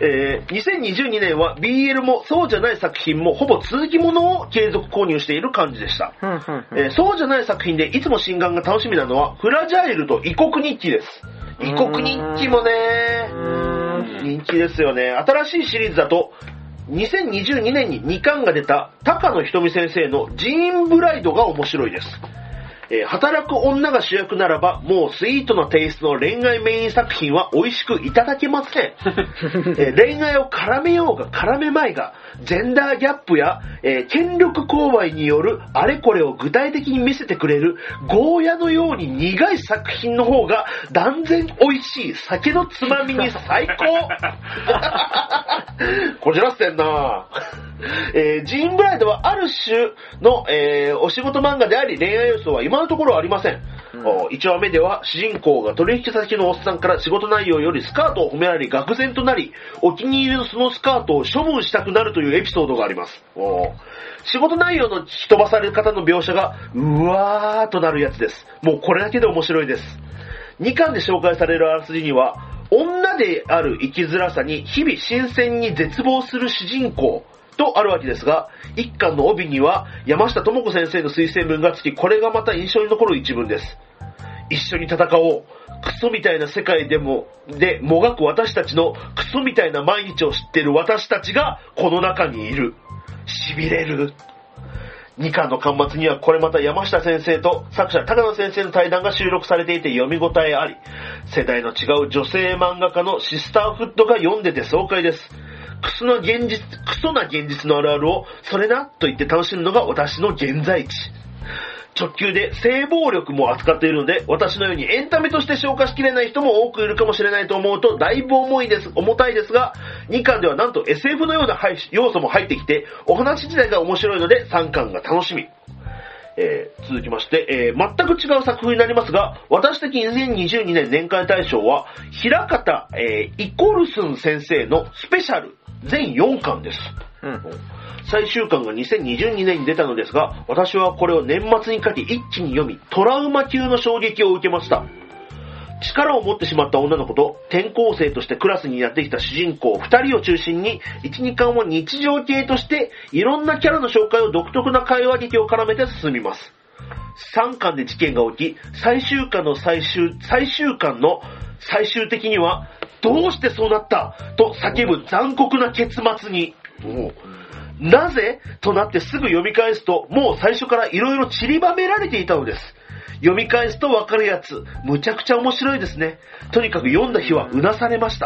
2022年は BL もそうじゃない作品もほぼ続きものを継続購入している感じでした。そうじゃない作品でいつも新刊が楽しみなのはフラジャイルと異国日記です。異国日記もね、人気ですよね。新しいシリーズだと2022年に2巻が出た高野ひとみ先生のジーンブライドが面白いです。働く女が主役ならばもうスイートなテイストの恋愛メイン作品は美味しくいただけません。恋愛を絡めようが絡めまいがジェンダーギャップや、権力勾配によるあれこれを具体的に見せてくれるゴーヤのように苦い作品の方が断然美味しい酒のつまみに最高。こじらせてんな。ジーンブライドはある種の、お仕事漫画であり恋愛要素は今のところはありません。1話目では主人公が取引先のおっさんから仕事内容よりスカートを褒められ愕然となりお気に入りのそのスカートを処分したくなるというエピソードがあります。仕事内容の吹き飛ばされる方の描写がうわーとなるやつです。もうこれだけで面白いです。2巻で紹介されるあらすじには女である生きづらさに日々新鮮に絶望する主人公とあるわけですが、一巻の帯には山下智子先生の推薦文がつき、これがまた印象に残る一文です。一緒に戦おう。クソみたいな世界でもがく私たちのクソみたいな毎日を知っている私たちがこの中にいる。痺れる。2巻の巻末にはこれまた山下先生と作者高野先生の対談が収録されていて読み応えあり、世代の違う女性漫画家のシスターフッドが読んでて爽快です。クソな現実のあるあるをそれなと言って楽しむのが私の現在地。直球で性暴力も扱っているので、私のようにエンタメとして消化しきれない人も多くいるかもしれないと思うとだいぶ重たいですが、2巻ではなんと SF のような要素も入ってきてお話自体が面白いので3巻が楽しみ。 続きまして、全く違う作風になりますが、私的2022年年間大賞は、平方、イコルスン先生のスペシャル全4巻です。最終巻が2022年に出たのですが、私はこれを年末にかけ一気に読み、トラウマ級の衝撃を受けました。力を持ってしまった女の子と転校生としてクラスにやってきた主人公2人を中心に 1,2 巻は日常系としていろんなキャラの紹介を独特な会話劇を絡めて進みます。3巻で事件が起き、最終巻の最終的にはどうしてそうなったと叫ぶ残酷な結末に、なぜとなってすぐ読み返すともう最初からいろいろ散りばめられていたのです。読み返すと分かるやつ、むちゃくちゃ面白いですね。とにかく読んだ日はうなされました。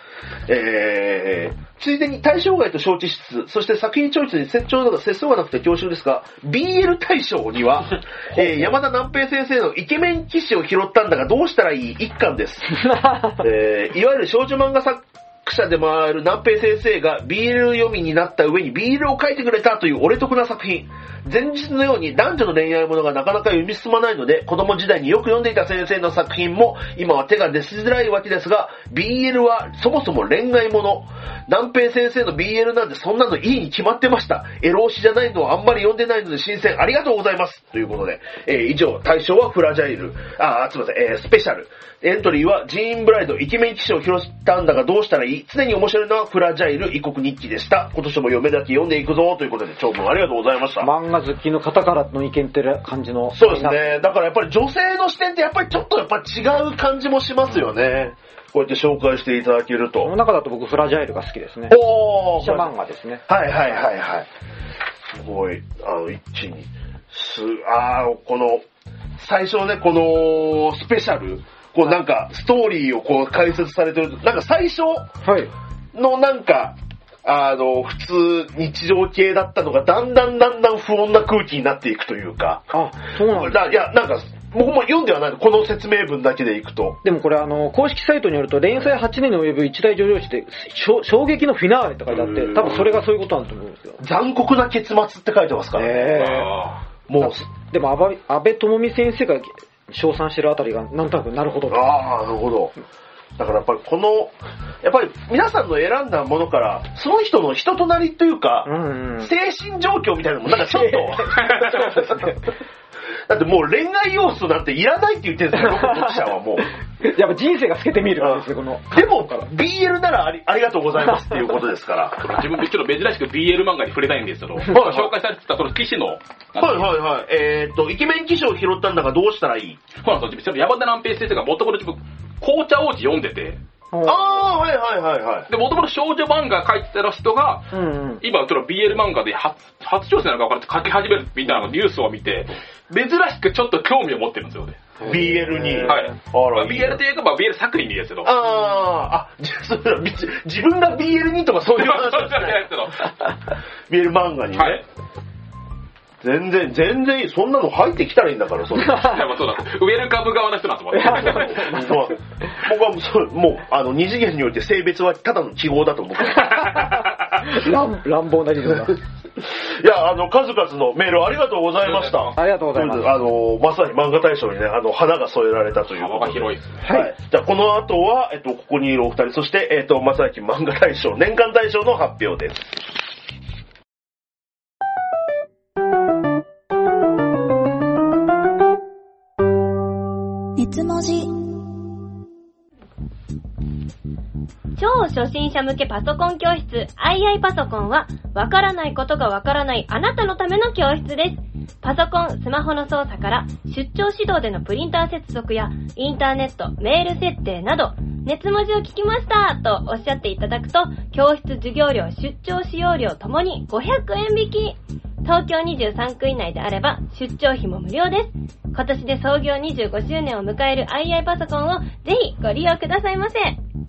ついでに対象外と承知しつつ、そして作品チョイスに節操がなくて恐縮ですが、BL 大賞には、山田南平先生のイケメン騎士を拾ったんだがどうしたらいい一巻です。いわゆる少女漫画作者でもある南平先生が BL 読みになった上に BL を書いてくれたという俺得な作品。前日のように男女の恋愛ものがなかなか読み進まないので、子供時代によく読んでいた先生の作品も今は手が出しづらいわけですが、 BL はそもそも恋愛もの。南平先生の BL なんてそんなのいいに決まってました。エロ推しじゃないのはあんまり読んでないので新鮮。ありがとうございます。ということで、以上、対象はフラジャイル、すいません、スペシャル。エントリーはジーンブライド、イケメン騎士を拾ったんだがどうしたらいい。常に面白いのはフラジャイル異国日記でした。今年も読めだけ読んでいくぞということで、長文ありがとうございました。 漫画好きの方からの意見って感じの。 そうですね。だからやっぱり女性の視点ってやっぱりちょっと違う感じもしますよね。こうやって紹介していただけると。 この中だと僕フラジャイルが好きですね。記者漫画ですね。 はいはいはいはい。すごい、一気に。この、最初ね、このスペシャル、こうなんかストーリーをこう解説されてると、なんか最初のなんか、普通日常系だったのがだんだん不穏な空気になっていくというか。 そうなんだ。 いや、なんか、僕も読んではないの、この説明文だけでいくと。 でもこれ公式サイトによると、連載8年に及ぶ一大上場誌で、衝撃のフィナーレって書いてあって、多分それがそういうことなんだと思うんですよ。 残酷な結末って書いてますからね。 もう、でも安倍智美先生が称賛してるあたりが、なんとなくなるほど。 なるほど。だからやっぱりやっぱり皆さんの選んだものから、その人の人となりというか、精神状況みたいなのもなんかちょっと、だってもう恋愛要素なんていらないって言ってるんですよ、読者はもう。 やっぱ人生が透けて見えるからですね、この。 でも、BL ならありがとうございますっていうことですから。 自分でちょっと珍しく BL 漫画に触れたいんですけど、紹介されてたその騎士の。 イケメン騎士を拾ったんだがどうしたらいい？ そうなんですよ。山田南平先生がもともと自分、紅茶王子読んでて。で、もともと少女漫画描いてた人が、今、BL 漫画で初挑戦なのか分からず書き始めるみたいなニュースを見て、珍しくちょっと興味を持ってるんですよね。 BL に。 はい。BL というか、BL 作品にですけど。 自分が BL にとかそういう話じゃないけど。BL 漫画にね。はい。全然いい。そんなの入ってきたらいいんだから、そうだ。 ウェルカム側の人なんですもんね。 僕はもう、二次元において性別はただの記号だと思って。 乱暴な理論だ。 いや、数々のメールありがとうございました。 ありがとうございます。 まさに漫画大賞にね、花が添えられたということで。 幅が広いです。 はい。じゃあ、この後は、ここにいるお二人、そして、まさき漫画大賞、年間大賞の発表です。 熱文字。超初心者向けパソコン教室 II パソコンは、わからないことがわからないあなたのための教室です。パソコン、スマホの操作から出張指導でのプリンター接続やインターネット、メール設定など、熱文字を聞きましたとおっしゃっていただくと、教室授業料、出張使用料ともに500円引き。東京23区以内であれば出張費も無料です。今年で創業25周年を迎える II パソコンをぜひご利用くださいませ。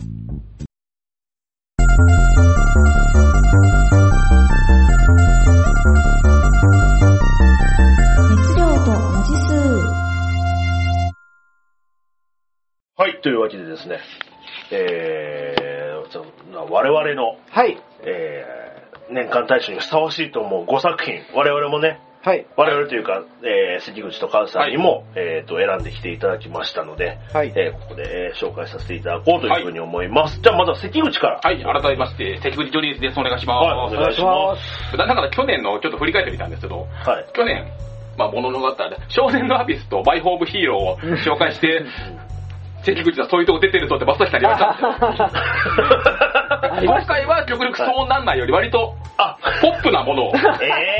熱量と文字数。 はい、というわけでですね、我々の、年間大賞にふさわしいと思う5作品、我々もね、 はい。 我々というか、関口とカズさんにも、選んできていただきましたので、はい。ここで、紹介させていただこうというふうに思います。はい、じゃあまずは関口から。 はい、改めまして、関口ジョニーズです。お願いします。 はい、お願いします。 だから去年のちょっと振り返ってみたんですけど、はい。去年、物の語り、少年のアビスとマイホームヒーローを紹介して、関口はそういうとこ出てるぞって真っ先から言われたんですよ。今回は極力そうなんないより割とポップなものを。ちょっ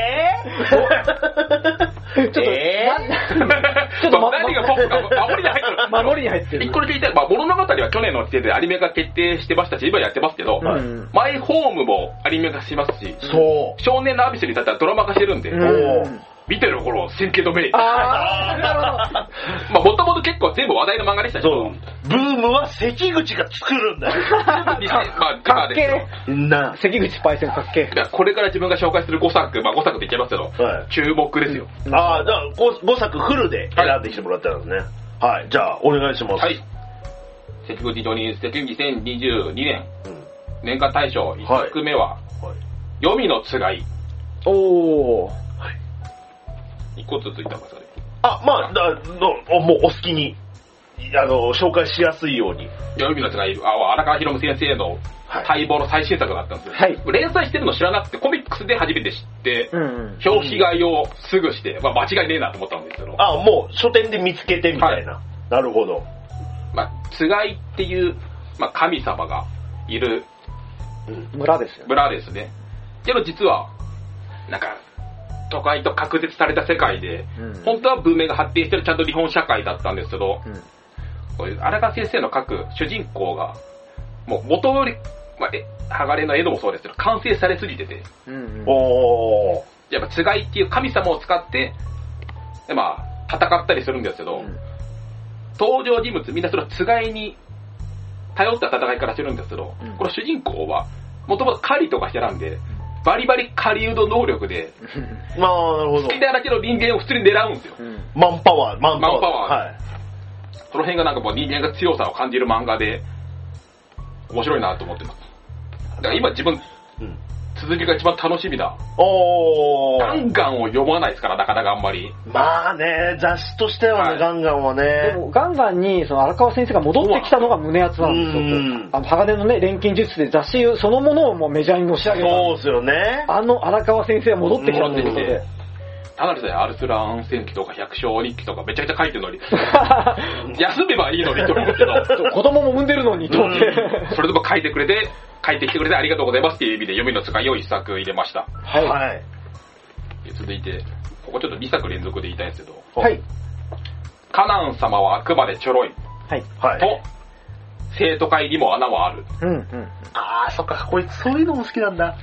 と何がポップか守りに入ってる。 守りに入ってる。 一個だけ言いたい。物語は去年の時点でアニメ化決定してましたし、今やってますけど、マイホームもアニメ化しますし、少年のアビスに至ってはドラマ化してるんで、見てる頃、先見の明。なるほど。もともと結構全部話題の漫画でしたけど。 ブームは関口が作るんだよ。 かっけー。関口パイセンかっけー。これから自分が紹介する5作、5作って言っちゃいますけど、注目ですよ。 じゃあ5作フルで選んできてもらったんですね。はい、じゃあお願いします。はい。 関口ジョニーズ、2022年、年間大賞1作目は、黄泉のつがい。 おー。 一個ずついたますかね。 もうお好きに、紹介しやすいように。 黄泉のつがい、荒川博夢先生の待望の最新作だったんですよ。はい。連載してるの知らなくて、コミックスで初めて知って、表紙買いをすぐして、間違いねえなと思ったんですけど。 もう書店で見つけてみたいな。はい、なるほど。 つがいっていう、神様がいる、 村ですよね。 村ですね。けど実は、都会と隔絶された世界で、本当は文明が発展してるちゃんと日本社会だったんですけど、こういう荒川先生の描く主人公が、もう元より、鋼の絵のもそうですけど、完成されすぎてて、やっぱつがいっていう神様を使って、戦ったりするんですけど、登場人物みんなそれはつがいに頼った戦いからするんですけど、この主人公は、もともと狩りとかしてたんで、バリバリ狩人能力で、 なるほど。 好きだらけの人間を普通に狙うんですよ。 マンパワー。 はい。その辺がもう人間が強さを感じる漫画で、面白いなと思ってます。だから今自分、続きが一番楽しみだ。ガンガンを読まないですから、なかなかあんまり。 雑誌としてはね、ガンガンはね。 でも、ガンガンに、荒川先生が戻ってきたのが胸熱なんですよ。鋼のね、錬金術で雑誌そのものをもうメジャーにのし上げた。 そうですよね。 荒川先生が戻ってきたってことで。 ただでさえアルスラン戦記とか百姓日記とかめちゃくちゃ書いてるのに休めばいいのにと思うけど子供も産んでるのにと思ってそれでも書いてきてくれてありがとうございますっていう意味で黄泉のつがいを一作入れました。 はい。 続いてここちょっと2作連続で言いたいんですけど、 はい。 カナン様はあくまでちょろい、 はい。 と生徒会にも穴はある。 そっか、こいつそういうのも好きなんだ。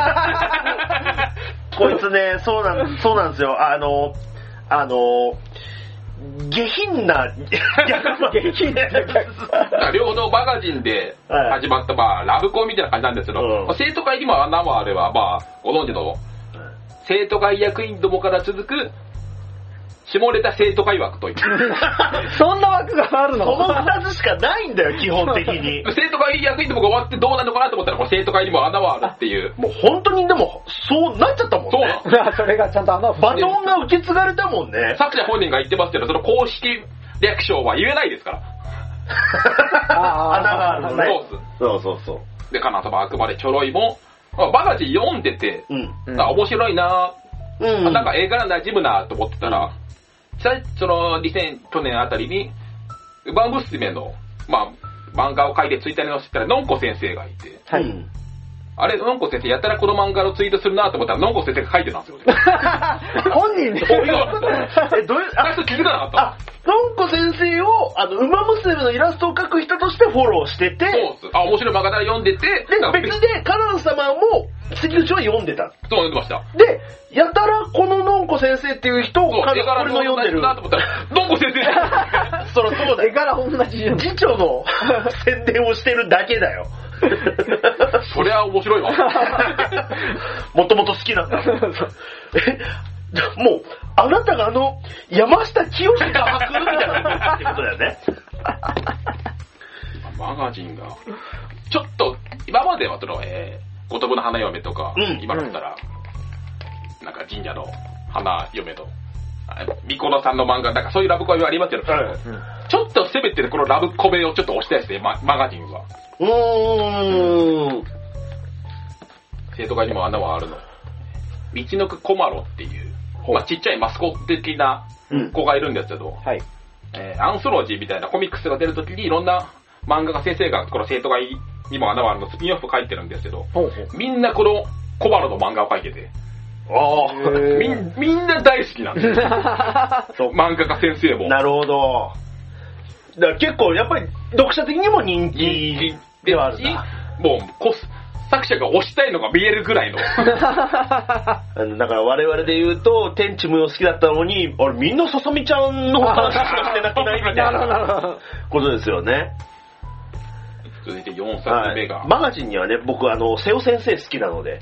こいつね、そうなんですよ。下品な両方マガジンで始まったラブコンみたいな感じなんですけど、生徒会にも穴もあればご存知の生徒会役員どもから続く下ネタ生徒会枠というそんな枠があるの？ その2つしかないんだよ、基本的に。 生徒会役員どもが終わってどうなるのかなと思ったら、生徒会にも穴はあるっていう。 もう本当にでもそうなっちゃったもんね。 そうなの。それがちゃんと穴をバトンが受け継がれたもんね。 作者本人が言ってますけど、その公式略称は言えないですから。 穴があるのね。そう。 で、カナン様あくまでちょろいも、バガジン読んでて、面白いなぁ、なんか映画が馴染むなぁと思ってたら、その去年あたりに、ウマ娘の、漫画を書いてツイッターに載せたら、のんこ先生がいて、 はい。 あれ、のんこ先生やったらこの漫画をツイートするなと思ったら、のんこ先生が書いてたんですよ。 本人で。 そういうの最初気づかなかった。 のんこ先生を、ウマ娘のイラストを描く人としてフォローしてて、 そうです。面白い漫画だ読んでて、 で、別でカナン様も、関口は読んでた。 そう、読んでました。 で、やたらこののんこ先生っていう人を、 俺の読んでるなと思ったら、のんこ先生そうだよ。 絵柄同じじゃん。 次長の宣伝をしてるだけだよ。 そりゃ面白いわ。 もともと好きなんだ。もう、あなたが山下清が履くみたいなってことだよね。 マガジンが、ちょっと、今までは五徳の花嫁とか、今だったら、なんか神社の花嫁と。ミコノさんの漫画、なんかそういうラブコメはありますけど、ちょっと攻めてるこのラブコメをちょっと押したいですね、マガジンは。生徒会にも穴はあるの。道のくコマロっていう、まあちっちゃいマスコット的な子がいるんですけど、はい、アンソロジーみたいなコミックスが出るときにいろんな漫画家先生がこの生徒会にも穴はあるのスピンオフ書いてるんですけど、みんなこのコマロの漫画を書いてて、みんな大好きなんですよ。漫画家先生も。 なるほど。だから結構やっぱり読者的にも人気ではあるんだ。 もう作者が推したいのが見えるぐらいの。だから我々で言うと天地無用好きだったのに、あれみんなささみちゃんの話しかしてなくないみたいなことですよね。 続いて4作目が、 はい、マガジンにはね、僕瀬尾先生好きなので、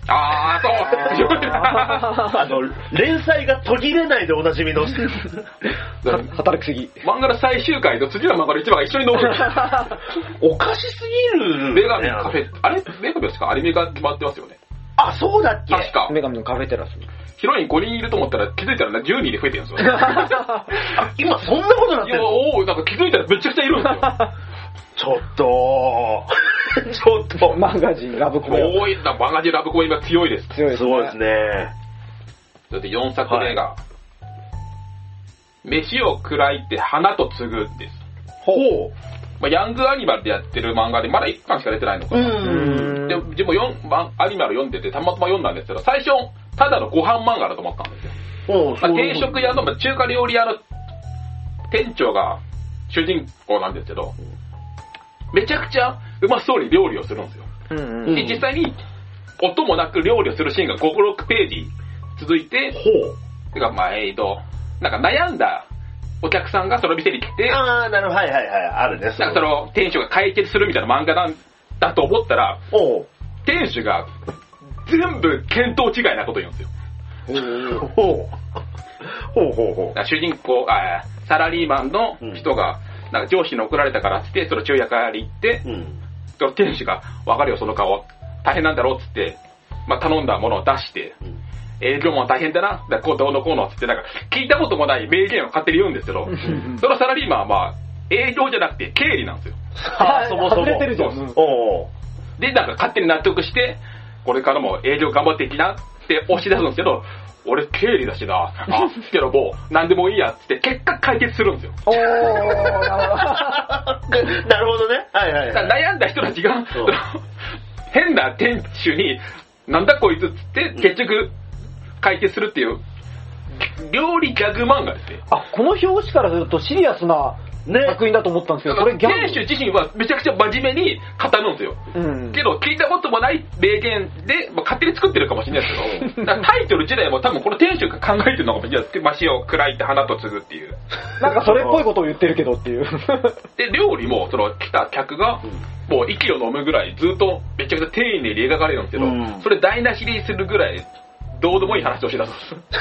そう連載が途切れないでおなじみの働きすぎ。 漫画の最終回と次の漫画の一番が一緒に載る。 おかしすぎる、 女神カフェ、あれ女神ですか？アニメが決まってますよね。 あ、そうだっけ？ 確か。 女神のカフェテラス。 ヒロイン5人いると思ったら気づいたら10人で増えてるんですよ。 今そんなことなってるの？ なんか気づいたらめちゃくちゃいるんですよ。 ちょっとマガジンラブコメ多いな。マガジンラブコメ今強いです。 強いですね。すごいですね。 それで4作目が、飯を喰らいて花と継ぐです。 ほう。 まあ、ヤングアニマルでやってる漫画でまだ1巻しか出てないのかな。でもアニマル読んでてたまたま読んだんですけど、最初ただのご飯漫画だと思ったんですよ。まあ、定食屋の中華料理屋の店長が主人公なんですけど、めちゃくちゃうまそうに料理をするんですよ。で、実際に音もなく料理をするシーンが5、6ページ続いて、てかまあなんか悩んだお客さんがその店に来て、 なるほど、はいはいはい、あるね。 なんかその店主が解決するみたいな漫画なんだと思ったら、店主が全部見当違いなこと言うんですよ。主人公サラリーマンの人が、なんか上司に怒られたからっつって、その昼夜会に行って、その店主が、わかるよその顔、大変なんだろうっつって、まあ頼んだものを出して、営業も大変だな、こうどうのこうのっつって、なんか聞いたこともない名言を勝手に言うんですけど、そのサラリーマンはまあ、営業じゃなくて経理なんですよ。 そもそも。 外れてるじゃん。 で、なんか勝手に納得して、これからも営業頑張っていきなって押し出すんですけど、俺経理だしな、けどもう何でもいいやっつって結果解決するんですよ。 なるほどね。はいはい、はい。 悩んだ人たちが変な店主になんだこいつっつって結局解決するっていう料理ギャグ漫画ですね。 この表紙からするとシリアスな作品だと思ったんですけど、これ店主自身はめちゃくちゃ真面目に語るんですよ。けど聞いたこともない名言で、勝手に作ってるかもしれないですけど、タイトル自体も多分この店主が考えてるのかもしれないです。飯を喰らいて花と継ぐっていう。 なんかそれっぽいことを言ってるけどっていう。 で、料理もその来た客がもう息を飲むぐらいずっとめちゃくちゃ丁寧に描かれるんですけど、それ台無しにするぐらいどうでもいい話をしだす。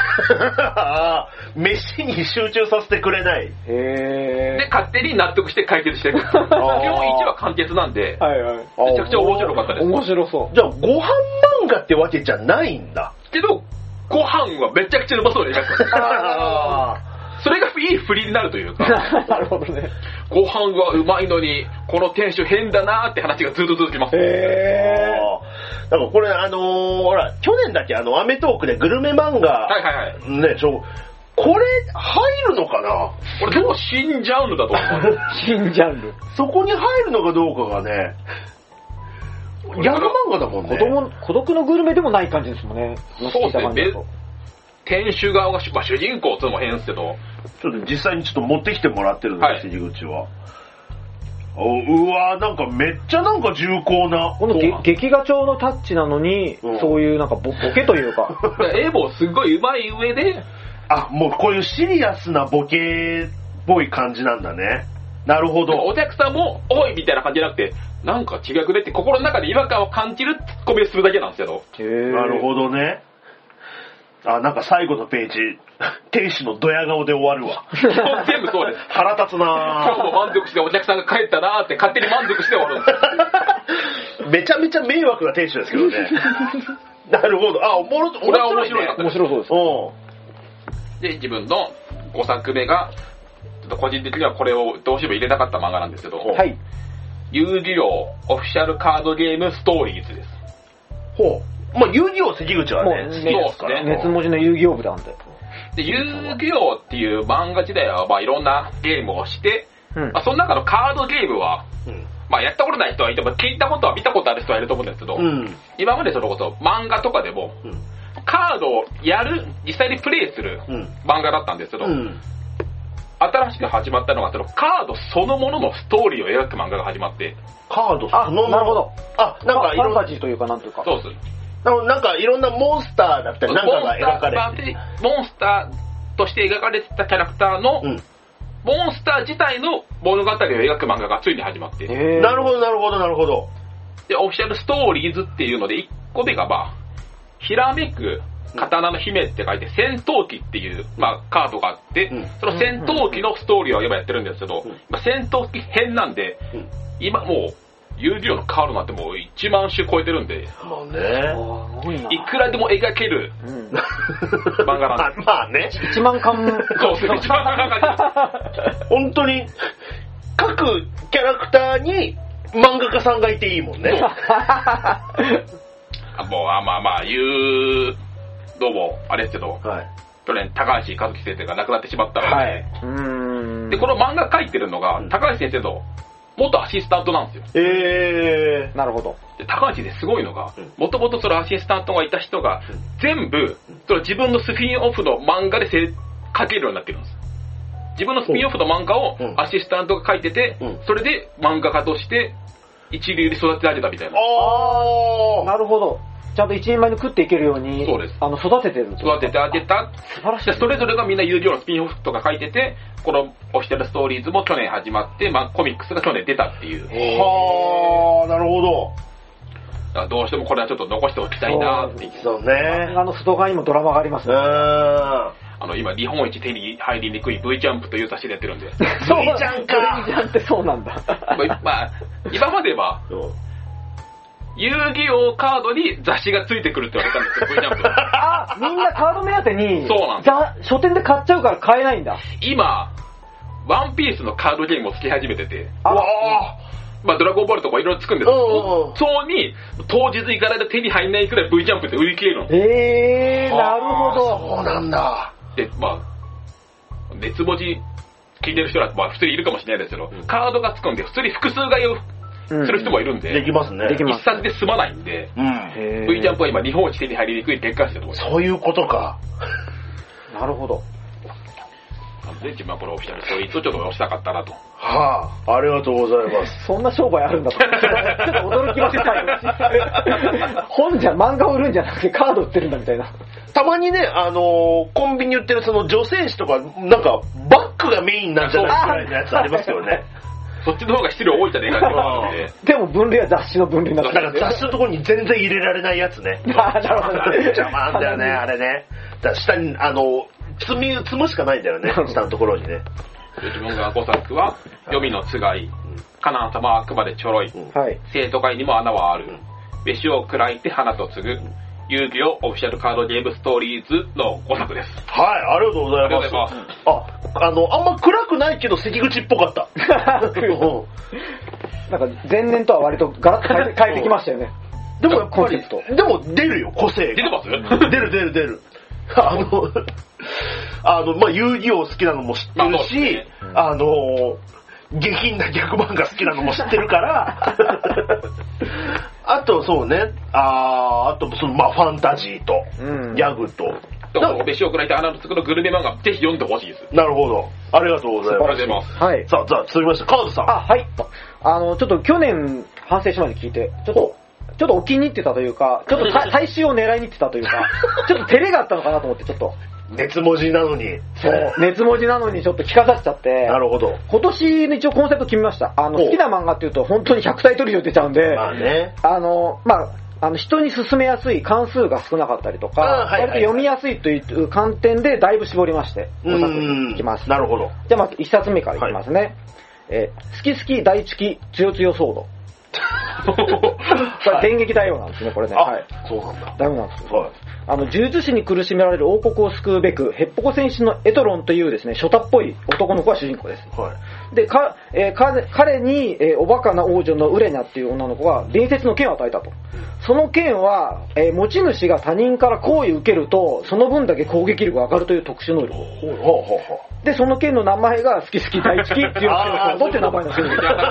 飯に集中させてくれない。 で、勝手に納得して解決していく。基本1話完結なんで、めちゃくちゃ面白かったです。 面白そう。 じゃあ、ご飯漫画ってわけじゃないんだ。 けど、ご飯はめちゃくちゃうまそうに描く。それがいい振りになるというか。 なるほどね。 ご飯はうまいのに、この店主変だなーって話がずっと続きます。 なんかこれほら、去年だけアメトークでグルメ漫画、ね、これ入るのかな？ これどう新ジャンルだと思う。 新ジャンル。 そこに入るのかどうかがね、ギャグ漫画だもんね。 孤独のグルメでもない感じですもんね。 そうですね。店主側が、主人公ってのも変ですけど、 ちょっと実際にちょっと持ってきてもらってるんです、入り口は。うわー、なんかめっちゃなんか重厚な。 この劇画調のタッチなのに、そういうなんかボケというか。 絵もすごい上手い上で、 もうこういうシリアスなボケっぽい感じなんだね。なるほど。 お客さんも、おいみたいな感じじゃなくて、なんか違くねって心の中で違和感を感じるツッコミをするだけなんですけど。 なるほどね。なんか最後のページ、店主のドヤ顔で終わるわ。 全部そうです。 腹立つなぁ。 今日も満足してお客さんが帰ったなーって勝手に満足して終わるんですよ。めちゃめちゃ迷惑な店主ですけどね。なるほど。 これは面白い。 面白そうです。 で、自分の5作目が、ちょっと個人的にはこれをどうしても入れなかった漫画なんですけど、 はい。 遊戯王オフィシャルカードゲームストーリーズです。 ほう。まあ、遊戯王関口はね、 そうですね。 熱文字の遊戯王部なんで。 で、遊戯王っていう漫画時代は、まあいろんなゲームをして、まあ、その中のカードゲームは、まあやったことない人はいても、聞いたことは見たことある人はいると思うんですけど、今までそれこそ漫画とかでも、カードをやる、実際にプレイする漫画だったんですけど、新しく始まったのが、そのカードそのもののストーリーを描く漫画が始まって。 カードそのもの？ なるほど。 なんかファンタジーというかなんというか。 そうです。 なんかいろんなモンスターだったりなんかが描かれて。 モンスターとして描かれてたキャラクターの、モンスター自体の物語を描く漫画がついに始まって。 なるほど、なるほど、なるほど。 で、オフィシャルストーリーズっていうので、1個目がまあ、ひらめく刀の姫って書いて戦闘機っていう、まあ、カードがあって、その戦闘機のストーリーを今やってるんですけど、戦闘機編なんで、今もう、遊戯王のカードなんてもう1万種超えてるんで、 まあね、 いくらでも描ける漫画なんで。 まあね。 1万巻。 そうですね、1万巻が本当に、各キャラクターに漫画家さんがいていいもんね。 もう、まあ、どうも、あれですけど、去年、高橋和樹先生が亡くなってしまったので、で、この漫画描いてるのが、高橋先生の元アシスタントなんですよ。 なるほど。 で、高橋ですごいのが、もともとそのアシスタントがいた人が、全部、その自分のスピンオフの漫画で描けるようになってるんです。自分のスピンオフの漫画をアシスタントが描いてて、それで漫画家として一流に育てられたみたいな。 なるほど。ちゃんと一人前に食っていけるように、そうです。育ててる。 育ててあげた。素晴らしい。それぞれがみんな遊戯王のスピンオフとか書いてて、このオフィシャルストーリーズも去年始まって、まあコミックスが去年出たっていう。 はー、なるほど。 だからどうしてもこれはちょっと残しておきたいなって言って。 そうね。 漫画の外側にもドラマがありますね。 今、日本一手に入りにくい V ジャンプという雑誌でやってるんで。 V ジャンか。V ジャンってそうなんだ。 まあ、今までは、遊戯王カードに雑誌がついてくるって言われたんですよ、V ジャンプ。 みんなカード目当てに、 そうなんです。 書店で買っちゃうから買えないんだ。 今、ワンピースのカードゲームをつき始めてて。まあ、ドラゴンボールとかいろいろつくんですけど、そうに、当日行かないと手に入んないくらい V ジャンプって売り切れるの。 なるほど。 そうなんだ。 で、まあ、熱文字聞いてる人は、まあ、普通にいるかもしれないですけど、カードがつくんで、普通に複数買いをする人もいるんで、 できますね。 一冊で済まないんで、V ジャンプは今、日本一手に入りにくい月刊誌だと思います。 そういうことか。 なるほど。 で、自分はこのオフィシャルストーリーとちょっと押したかったなと。 はあ、ありがとうございます。 そんな商売あるんだと。ちょっと驚きました。本じゃ、漫画を売るんじゃなくてカード売ってるんだみたいな。 たまにね、コンビニ売ってるその女性誌とか、なんか、バッグがメインなんじゃないくらいのやつありますよね。 そっちの方が質量多いじゃねえかって思うんで。 でも分類は雑誌の分類になってる。 だから雑誌のところに全然入れられないやつね。 なるほど。 邪魔なんだよね、あれね。だ下に、積むしかないんだよね、下のところにね。 自分が5作は、黄泉のつがい、カナン様はあくまでちょろい、生徒会にも穴はある、飯を喰らいて花と継ぐ、遊戯王オフィシャルカードゲームストーリーズの5作です。 はい、ありがとうございます。あんま暗くないけど関口っぽかった。 なんか前年とは割とガラッと変えてきましたよね。 でもやっぱり、でも出るよ、個性が。 出てます？ 出る。まあ、遊戯王好きなのも知ってるし、下品なギャグ漫画好きなのも知ってるから、あとそうね、あとそのまあファンタジーと、ギャグと、 飯を喰らいて穴のつくのグルメ漫画ぜひ読んでほしいです。 なるほど。ありがとうございます。 ありがとうございます。 はい。 さあ、続きまして、カードさん。 はい。ちょっと去年反省しまで聞いて、ちょっとお気に入ってたというか、ちょっと大衆を狙いに行ってたというか、ちょっと照れがあったのかなと思って、ちょっと。 熱文字なのに。 そう、熱文字なのにちょっと着飾っちゃって。 なるほど。 今年の一応コンセプト決めました。好きな漫画っていうと本当に100タイトル以上出ちゃうんで、 まあね。 人に勧めやすい関数が少なかったりとか、割と読みやすいという観点でだいぶ絞りまして、5作いきます。 なるほど。 じゃあまず1冊目からいきますね。好き好き大チキつよつよソード。 これ電撃大王なんですね、これね。はい。 そうなんだ。 大王なんですよ。はい。呪術師に苦しめられる王国を救うべく、ヘッポコ戦士のエトロンというですね、ショタっぽい男の子が主人公です。はい。で、彼に、おバカな王女のウレニャっていう女の子が伝説の剣を与えたと。その剣は、持ち主が他人から好意を受けると、その分だけ攻撃力が上がるという特殊能力。で、その剣の名前が好き好き大好きっていう強さっていう名前なんですよ。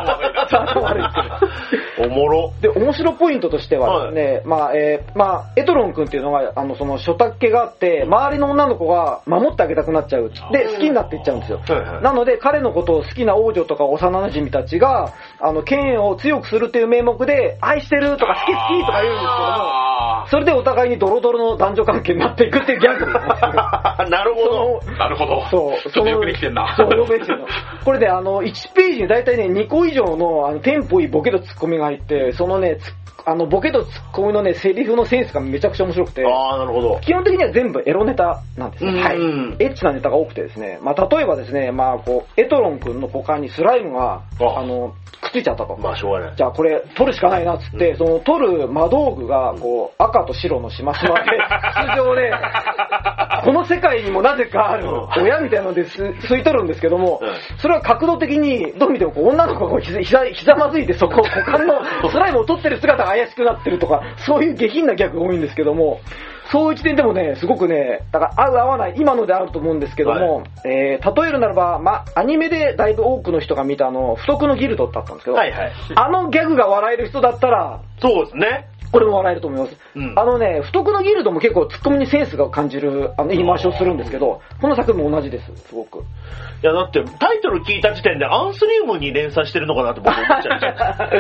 おもろ。 で、面白ポイントとしてはですね、エトロン君っていうのが、その初タッケがあって、周りの女の子が守ってあげたくなっちゃう。で、好きになっていっちゃうんですよ。なので、彼のことを好きな王女とか幼馴染たちが、剣を強くするっていう名目で、愛してるとか好き好きとか言うんですけども、それでお互いにドロドロの男女関係になっていくっていうギャグですね。 なるほど。 なるほど。 そう。 ちょっとよくできてんな。 そう、よくできてるの。これね、1ページに大体ね、2個以上の、テンポいいボケとツッコミが入って、そのね、ボケとツッコミのね、セリフのセンスがめちゃくちゃ面白くて、 なるほど。 基本的には全部エロネタなんですね。はい。エッチなネタが多くてですね、例えばですね、エトロン君の股間にスライムが、くっついちゃったと。 しょうがない。 じゃあこれ、取るしかないなっつって、その取る魔道具が、赤と白のしましまで、通常ね、この世界にもなぜかある親みたいなので吸い取るんですけども、それは角度的に、どう見ても女の子がひざまずいてそこ、股間のスライムを取ってる姿が怪しくなってるとか、そういう下品なギャグが多いんですけども、そういう時点でもね、すごくね、だから合う合わない、今のであると思うんですけども、例えるならば、アニメでだいぶ多くの人が見た不徳のギルドってあったんですけど、あのギャグが笑える人だったら、 そうですね。 これも笑えると思います。不徳のギルドも結構ツッコミにセンスが感じる、言い回しをするんですけど、この作品も同じです、すごく。 いや、だって、タイトル聞いた時点でアンスリウムに連載してるのかなって僕思っちゃう。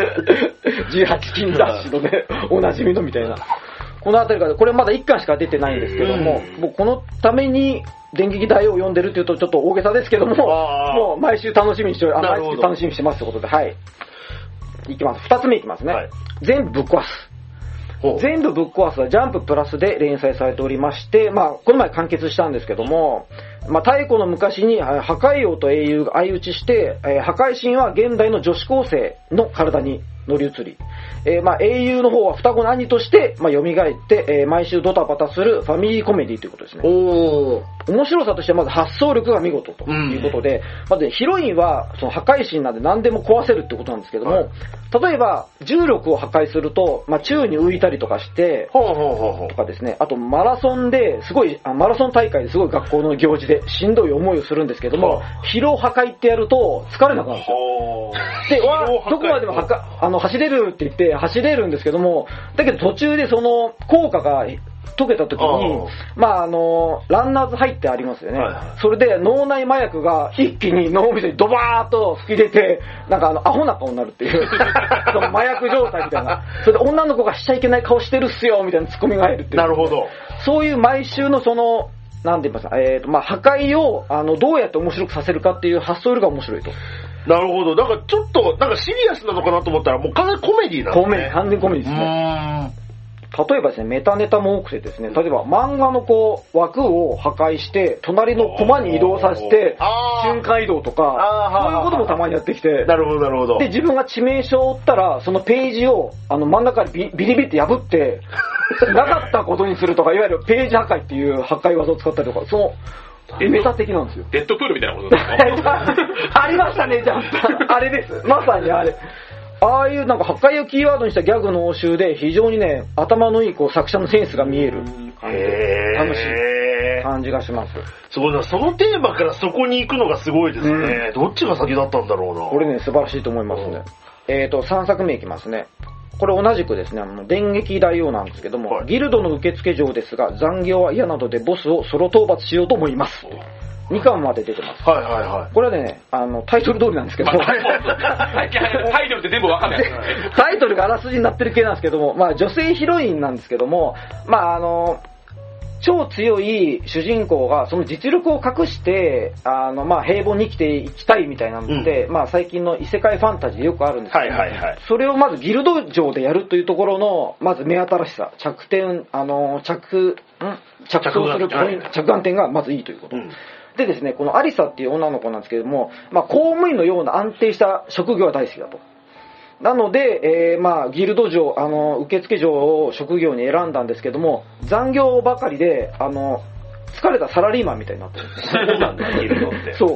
18禁雑誌のね、おなじみのみたいな。このあたりから、これまだ1巻しか出てないんですけども、もうこのために電撃大王を読んでるっていうとちょっと大げさですけども、もう毎週楽しみにしてますってことで、はい。いきます。2つ目いきますね。はい、全部ぶっ壊す。全部ぶっ壊すはジャンププラスで連載されておりまして、この前完結したんですけども、太古の昔に破壊王と英雄が相打ちして、破壊神は現代の女子高生の体に乗り移り、英雄の方は双子の兄として、蘇って、毎週ドタバタするファミリーコメディということですね。面白さとしてはまず発想力が見事ということで、まずヒロインはその破壊神なんで何でも壊せるってことなんですけども、例えば重力を破壊すると、宙に浮いたりとかして、とかですね、あとマラソン大会ですごい学校の行事でしんどい思いをするんですけども、疲労破壊ってやると疲れなくなるんですよ。で、どこまでも走れるって言って走れるんですけども、だけど途中でその効果が解けた時に、ランナーズハイってありますよね。それで脳内麻薬が一気に脳みそにドバーッと吹き出て、アホな顔になるっていう、その麻薬状態みたいな。それで女の子がしちゃいけない顔してるっすよみたいなツッコミが入るっていう。 なるほど。 そういう毎週のなんて言いますか、破壊をどうやって面白くさせるかっていう発想力が面白いと。 なるほど。だからちょっとシリアスなのかなと思ったらもう完全にコメディなんですね。 完全コメディですね。例えばですね、メタネタも多くてですね、例えば漫画の枠を破壊して隣のコマに移動させて瞬間移動とか、そういうこともたまにやってきて、 なるほどなるほど。 で自分が致命傷を負ったらそのページを真ん中にビリビリって破ってなかったことにするとか、いわゆるページ破壊っていう破壊技を使ったりとか、そのメタ的なんですよ。 デッドプールみたいなことですか？ ありましたね、じゃあ。あれです。まさにあれ。ああいう破壊をキーワードにしたギャグの応酬で非常にね、頭のいい作者のセンスが見える感じで、楽しい感じがします。 そうだ、そのテーマからそこに行くのがすごいですね。どっちが先だったんだろうな。 これね、素晴らしいと思いますね。3作目いきますね。これ同じくですね、電撃大王なんですけども、ギルドの受付嬢ですが、残業は嫌なのでボスをソロ討伐しようと思います。2巻まで出てます。これはね、タイトル通りなんですけど、 タイトルって全部わかんない。 タイトルがあらすじになってる系なんですけども、女性ヒロインなんですけども、超強い主人公がその実力を隠して、平凡に生きていきたいみたいなので、最近の異世界ファンタジーでよくあるんですけど、それをまずギルド上でやるというところの、まず目新しさ、着想する着眼点がまずいいということ。でですね、このアリサっていう女の子なんですけども、公務員のような安定した職業は大好きだと。 なので、まあ、ギルド嬢、受付嬢を職業に選んだんですけども、残業ばかりで、疲れたサラリーマンみたいになってるんですよ。 そうなんだ、ギルドって。 そう。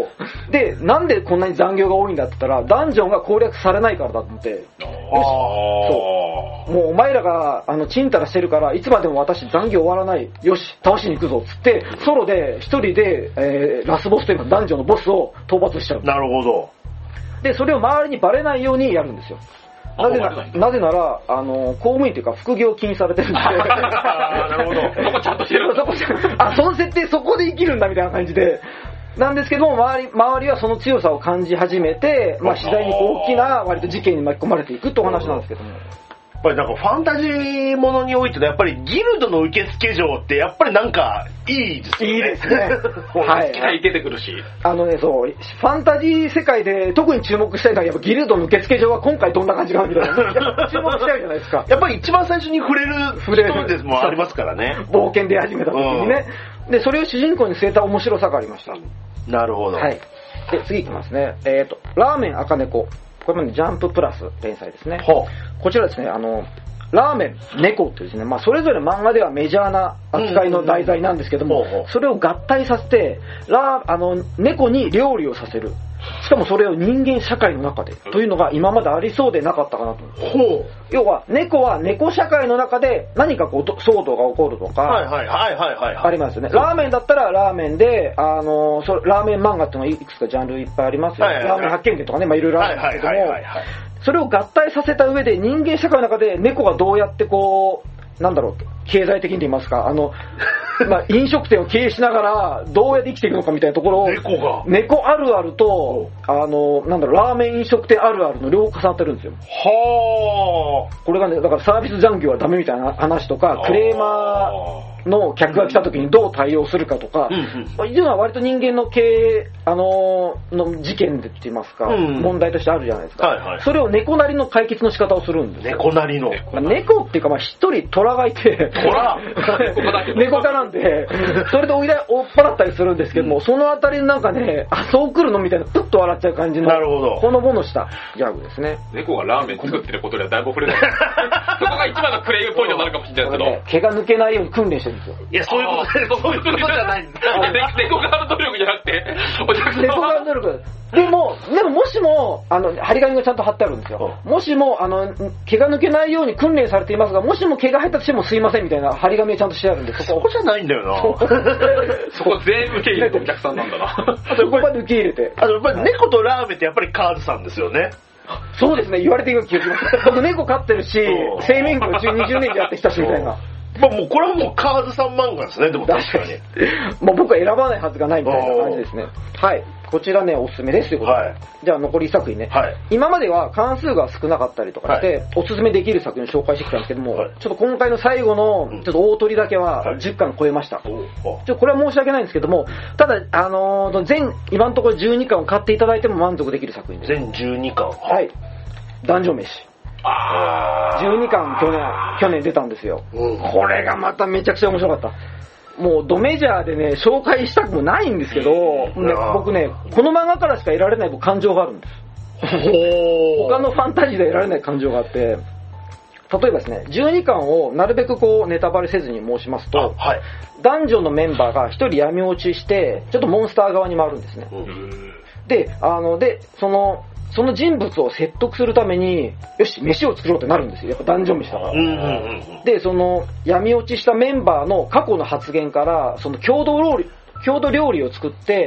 で、なんでこんなに残業が多いんだって言ったら、ダンジョンが攻略されないからだと思って、よし、そう。もうお前らが、チンタラしてるから、いつまでも私残業終わらない。よし、倒しに行くぞ、つって、ソロで一人で、ラスボスというかダンジョンのボスを討伐しちゃう。 なるほど。で、 それを周りにバレないようにやるんですよ。なぜなら、公務員というか副業禁止されてるんで。 なるほど。 そこちゃんとしてる。 その設定そこで生きるんだみたいな感じで。なんですけども、周りはその強さを感じ始めて、まあ次第に大きな割と事件に巻き込まれていくってお話なんですけども。 やっぱりなんかファンタジーものにおいてのやっぱりギルドの受付嬢ってやっぱりなんかいいですよね。 いいですね。 はい。期待出てくるし。 そう、ファンタジー世界で特に注目したいのはやっぱギルドの受付嬢は今回どんな感じかみたいな。注目したいじゃないですか。 やっぱり一番最初に触れる人ですもありますからね。 冒険で始めた時にね。で、それを主人公に据えた面白さがありました。 なるほど。 はい。で、次いきますね。ラーメン赤猫。これもね、ジャンププラス連載ですね。こちらですね、ラーメン、猫ってですね、まあそれぞれ漫画ではメジャーな扱いの題材なんですけども、それを合体させて、猫に料理をさせる。しかもそれを人間社会の中で、というのが今までありそうでなかったかなと。要は、猫は猫社会の中で何かこう騒動が起こるとか、ありますよね。ラーメンだったらラーメンで、ラーメン漫画っていうのはいくつかジャンルいっぱいありますよね。ラーメン発見伝とかね、まあいろいろあるんですけども、それを合体させた上で人間社会の中で猫がどうやってこう、なんだろう、経済的に言いますか、まあ、飲食店を経営しながらどうやって生きていくのかみたいなところを猫あるあるとなんだろう、ラーメン飲食店あるあるの両方重なってるんですよ。 はあ。 これがね、だからサービス残業はダメみたいな話とか、クレーマーの客が来た時にどう対応するかとか、いうのは割と人間の経営の事件でって言いますか、問題としてあるじゃないですか。それを猫なりの解決の仕方をするんですよ。 猫なりの。 猫っていうか、まあ一人虎がいて、猫科なんで、それで追っ払ったりするんですけども、そのあたりのなんかね、そう来るのみたいな、プッと笑っちゃう感じの、ほのぼのしたギャグですね。 猫がラーメン作ってることにはだいぶ触れない。そこが一番のクレームポイントになるかもしれないですけど。 毛が抜けないように訓練してるんですよ。 いや、そういうことじゃないんです。 猫側の努力じゃなくて、 猫側の努力。でももしも、張り紙がちゃんと貼ってあるんですよ。もしも、毛が抜けないように訓練されていますが、もしも毛が入ったとしてもすいませんみたいな張り紙がちゃんとしてあるんで、 そこじゃないんだよな。 そこ全部受け入れてお客さんなんだな。 あと、ここまで受け入れて。 やっぱり猫とラーメンってやっぱりカーズさんですよね。 そうですね、言われている気がします。僕猫飼ってるし、生命力20年でやってきたしみたいな。 まあもうこれはもうカーズさん漫画ですね、でも確かに。 まあ僕は選ばないはずがないみたいな感じですね。はい。こちらね、おすすめですということで。じゃあ残り作品ね。今までは関数が少なかったりとかして、おすすめできる作品を紹介してきたんですけども、ちょっと今回の最後の、ちょっと大取りだけは10巻超えました。これは申し訳ないんですけども、ただ、今のところ12巻を買っていただいても満足できる作品です。 全12巻。 はい。ダンジョン飯。12巻去年出たんですよ。これがまためちゃくちゃ面白かった。もうドメジャーでね、紹介したくもないんですけど、僕ね、この漫画からしか得られない感情があるんです。他のファンタジーで得られない感情があって、例えばですね、12巻をなるべくこうネタバレせずに申しますと、ダンジョンのメンバーが一人闇落ちして、ちょっとモンスター側に回るんですね。で、その人物を説得するために、よし、飯を作ろうってなるんですよ。やっぱダンジョン飯だから。で、その闇落ちしたメンバーの過去の発言から、その郷土料理を作って、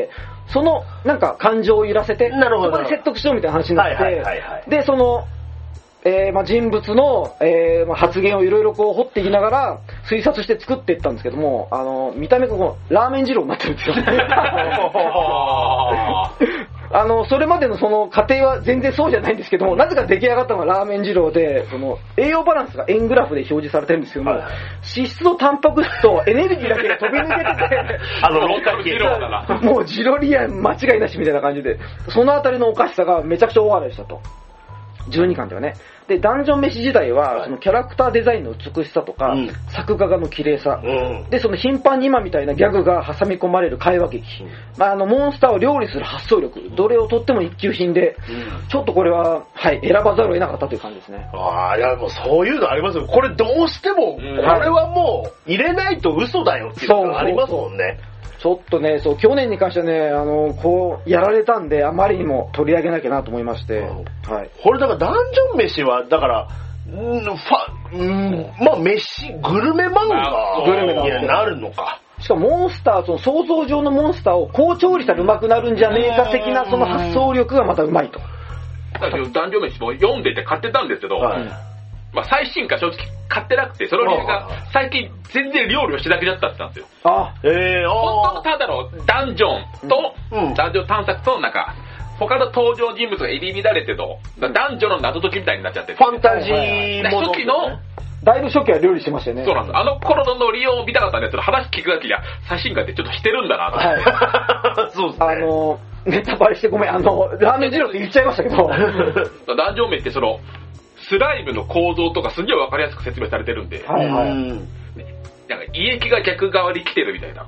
そのなんか感情を揺らせて、そこで説得しようみたいな話になって、で、その、人物の、発言をいろいろこう掘っていきながら推察して作っていったんですけども、見た目がこうラーメン二郎になってるんですよ。それまでのその過程は全然そうじゃないんですけども、なぜか出来上がったのがラーメン二郎で、その栄養バランスが円グラフで表示されてるんですけども、脂質とタンパク質とエネルギーだけが飛び抜けてて、 ローカル二郎だな。 もうジロリアン間違いなしみたいな感じで、そのあたりのおかしさがめちゃくちゃ大笑いしたと。 12巻ではね。で、ダンジョン飯時代は、そのキャラクターデザインの美しさとか、作画の綺麗さ、で、その頻繁に今みたいなギャグが挟み込まれる会話劇、モンスターを料理する発想力、どれをとっても一級品で、ちょっとこれは、選ばざるを得なかったという感じですね。 いや、もうそういうのありますよ。これどうしても、これはもう、入れないと嘘だよっていうのがありますもんね。 ちょっとね、去年に関してはね、こう、やられたんで、あまりにも取り上げなきゃなと思いまして。 これだから、ダンジョン飯は、だから、飯、グルメ漫画になるのか。 しかもモンスター、その想像上のモンスターをこう調理したら上手くなるんじゃねえか的な、その発想力がまた上手いと。 だけど、ダンジョン飯も読んでて買ってたんですけど、最新刊正直買ってなくて、その理由が最近全然料理をしなくなったって言ったんですよ。本当のただのダンジョンと、ダンジョン探索と、なんか、他の登場人物が入り乱れてと、ダンジョンの謎解きみたいになっちゃって。 ファンタジーもの。 初期の、 だいぶ初期は料理してましたよね。 そうなんです。あの頃のノリを見たかったんですけど、話聞くだけじゃ、最新刊ってちょっとしてるんだなと。 そうですね。 ネタバレしてごめん、ラーメン二郎って言っちゃいましたけど。 ダンジョン名ってスライムの構造とかすげえ分かりやすく説明されてるんで、なんか胃液が逆側に来てるみたいな。だ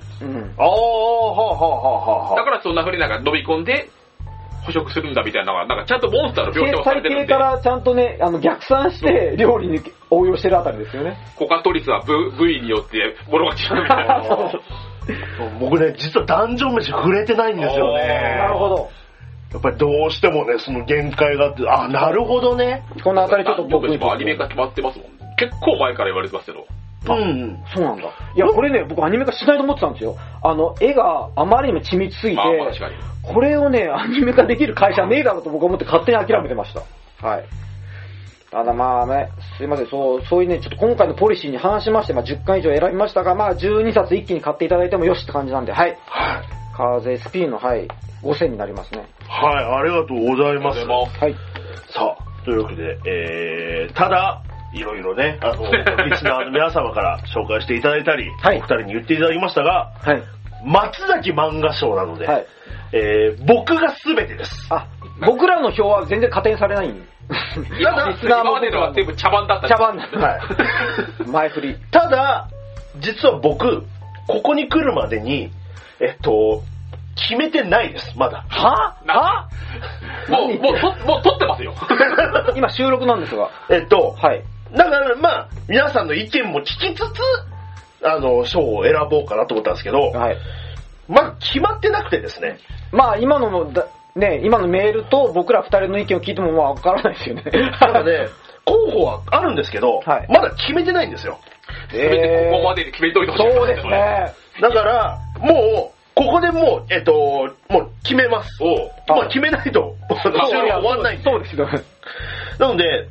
からそんな風になんか飲み込んで捕食するんだみたいなのが、なんかちゃんとモンスターの描写をされてるんで。 最低からちゃんとね、逆算して料理に応用してるあたりですよね。 コカトリスは部位によって物が違うみたいな。 僕ね、実はダンジョン飯触れてないんですよね。 なるほど。 やっぱりどうしてもね、その限界があって、なるほどね。 このあたりちょっと僕もアニメ化決まってますもん。結構前から言われてますけど。 そうなんだ。いや、これね、僕アニメ化しないと思ってたんですよ。絵があまりにも緻密すぎて、これをね、アニメ化できる会社ねえだろうと僕は思って勝手に諦めてました。ただまあね、すいません、そういうね、ちょっと今回のポリシーに反しまして、10巻以上選びましたが、12冊一気に買っていただいてもよしって感じなんで、風 SP の、5000になりますね。 ありがとうございます。さあ、というわけで、ただ、いろいろね、リスナーの皆様から紹介していただいたり、お二人に言っていただきましたが、松崎漫画賞なので、僕が全てです。 僕らの票は全然加点されないんで。 今までのは全部茶番だった。 茶番だった。前振り。 ただ、実は僕、ここに来るまでに、決めてないです、まだ。 もう撮ってますよ。 今収録なんですが。 だから皆さんの意見も聞きつつ、賞を選ぼうかなと思ったんですけど、決まってなくてですね。 今のメールと僕ら二人の意見を聞いてもわからないですよね。 ただね、候補はあるんですけど、まだ決めてないんですよ。 ここまでに決めといてほしいですね。 そうですね。 だから、もう、ここでもう、もう決めます。決めないと、終わんないんで。 そうですよ。 なので、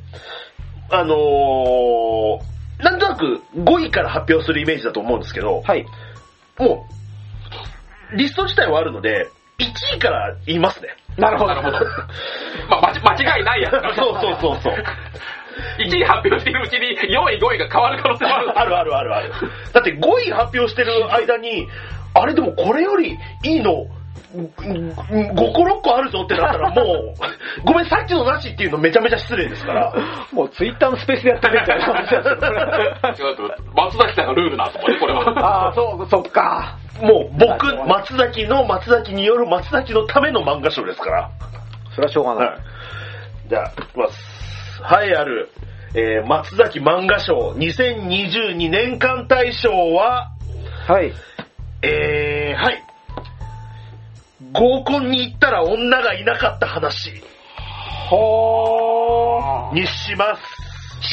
なんとなく5位から発表するイメージだと思うんですけど、もう、リスト自体はあるので、1位から言いますね。 なるほど。 間違いないやつ。 そう。 1位発表しているうちに4位、5位が変わる可能性もある。 ある。だって5位発表してる間に、あれでもこれよりいいの5個6個あるぞってなったらもう、ごめん、さっきのなしっていうのめちゃめちゃ失礼ですから。 もうツイッターのスペースでやってるみたいな話だった。 松崎さんがルールなんですもんね、これは。 そっか。 もう僕、松崎による松崎のための漫画賞ですから。 それはしょうがない。 じゃあ、いきます。松崎漫画賞2022年間大賞は、合コンに行ったら女がいなかった話。にします。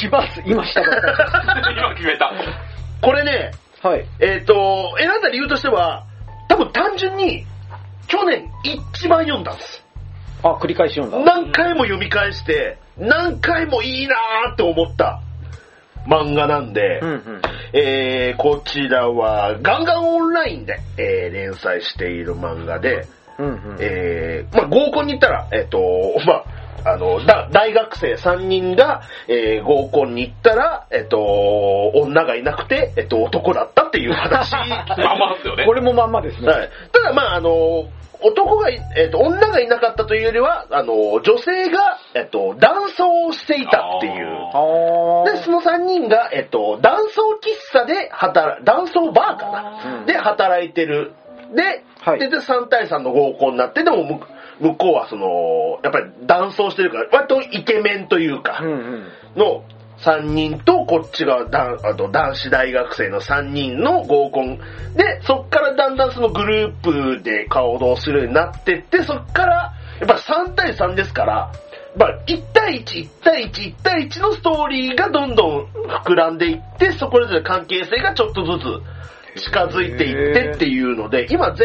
今したばっかり。今決めた。 これね、選んだ理由としては、多分単純に、去年一番読んだんです。 繰り返し読んだ。 何回も読み返して、何回もいいなーって思った漫画なんで、こちらはガンガンオンラインで、連載している漫画で、合コンに行ったら、 大学生3人が、合コンに行ったら、女がいなくて、男だったっていう話。 まんまですよね。 これもまんまですね。 はい。ただまあ男が、女がいなかったというよりは、女性が、男装をしていたっていう。で、その3人が、男装喫茶で男装バーかな、で働いてる。で、はい、で、3対3の合コンになって、でも向こうはやっぱり男装してるから、割とイケメンというか、の3人と、こっちが男子大学生の3人の合コンで、そっからだんだんそのグループで行動するようになってって、そっからやっぱ3対3ですから、1対1、1対1、1対1のストーリーがどんどん膨らんでいって、そこで関係性がちょっとずつ近づいていってっていうので、今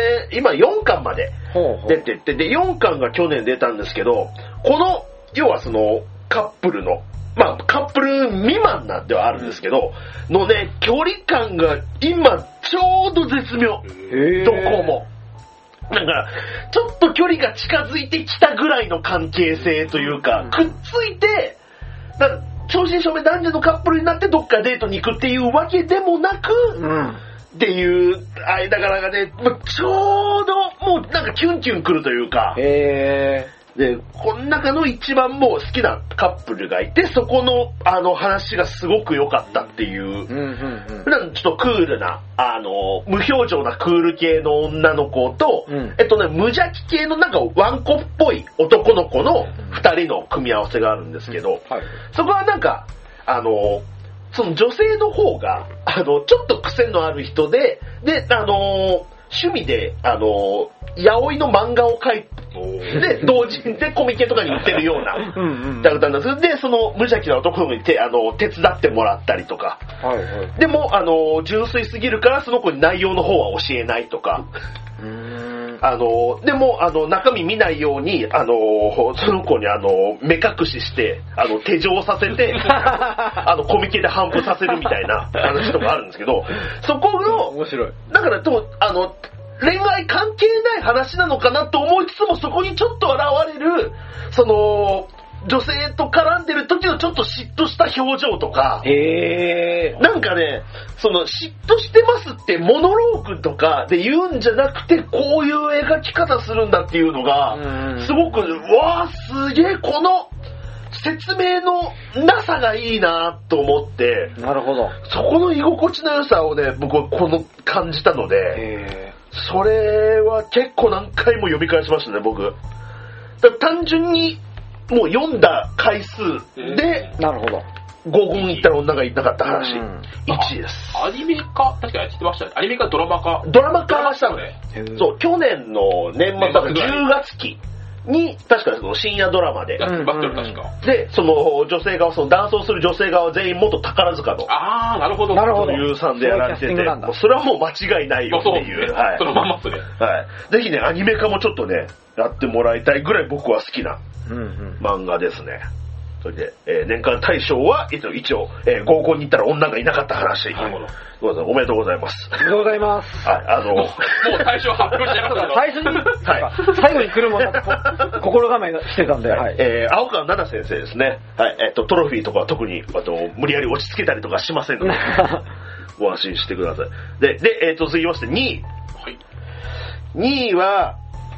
4巻まで出てって、で、4巻が去年出たんですけど、要はそのカップルの、まあ、カップル未満なんではあるんですけど、のね、距離感が今ちょうど絶妙。どこも。なんか、ちょっと距離が近づいてきたぐらいの関係性というか、くっついて、正真正銘男女のカップルになってどっかデートに行くっていうわけでもなく、っていう間柄がね、ちょうどもうなんかキュンキュンくるというか、で、この中の一番もう好きなカップルがいて、そこの話がすごく良かったっていう、普段ちょっとクールな、無表情なクール系の女の子と、無邪気系のなんかワンコっぽい男の子の二人の組み合わせがあるんですけど、そこはなんか、その女性の方が、ちょっと癖のある人で、趣味で、ヤオイの漫画を描いて、で、同人でコミケとかに売ってるようなキャラクターなんです。で、その無邪気な男の子に手伝ってもらったりとか。でも、純粋すぎるからその子に内容の方は教えないとか。でも、中身見ないように、その子に、目隠しして、手錠させて、コミケで頒布させるみたいな話とかあるんですけど、そこの、 面白い。 だから、恋愛関係ない話なのかなと思いつつも、そこにちょっと現れる、女性と絡んでる時のちょっと嫉妬した表情とか、なんかね、嫉妬してますってモノローグとかで言うんじゃなくて、こういう描き方するんだっていうのが、すごく、わーすげえ、この説明のなさがいいなと思って、 なるほど。 そこの居心地の良さをね、僕は感じたので、それは結構何回も読み返しましたね、僕。単純にもう読んだ回数で、 なるほど。 合コン行ったら女がいなかった話、1位です。 アニメ化、確かに知ってましたね。アニメ化、ドラマ化したのね。そう、去年の年末だから10月期に、確かその深夜ドラマで。 確か。 で、その女性側、その男装する女性側全員元宝塚の。 なるほど。 女優さんでやられてて、それはもう間違いないよっていう。 そのまんまっすね。 はい。ぜひね、アニメ化もちょっとね、やってもらいたいぐらい僕は好きな漫画ですね。それで、年間大賞は一応、合コンに行ったら女がいなかった話。おめでとうございます。 おめでとうございます。 はい、 もう大賞発表しちゃいました最初に、最後に来るもんだ心構えしてたんで、はい。 青川奈々先生ですね。はい、トロフィーとかは特に、無理やり落ち着けたりとかしませんので、ご安心してください。で、続きまして2位。2位は、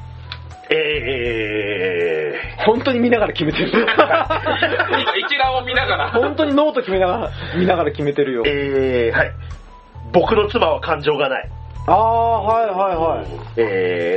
本当に見ながら決めてる。 一覧を見ながら。 本当にノート見ながら決めてるよ。 はい。僕の妻は感情がない。 はい。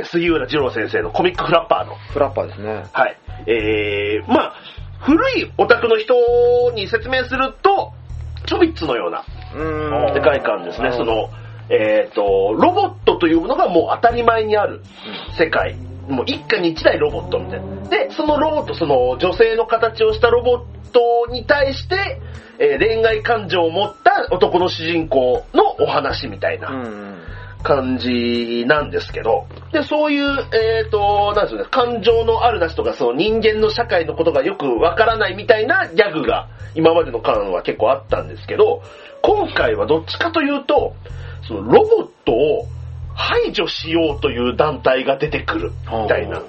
杉浦二郎先生のコミックフラッパーの。 フラッパーですね。 はい。まあ、古いオタクの人に説明すると、チョビッツのような世界観ですね。ロボットというものがもう当たり前にある世界。もう一家に一台ロボットみたいな。で、そのロボット、その女性の形をしたロボットに対して、恋愛感情を持った男の主人公のお話みたいな感じなんですけど、で、そういう、なんですよね、感情のあるなしとか、その人間の社会のことがよくわからないみたいなギャグが今までの巻は結構あったんですけど、今回はどっちかというと、そのロボットを排除しようという団体が出てくるみたいな。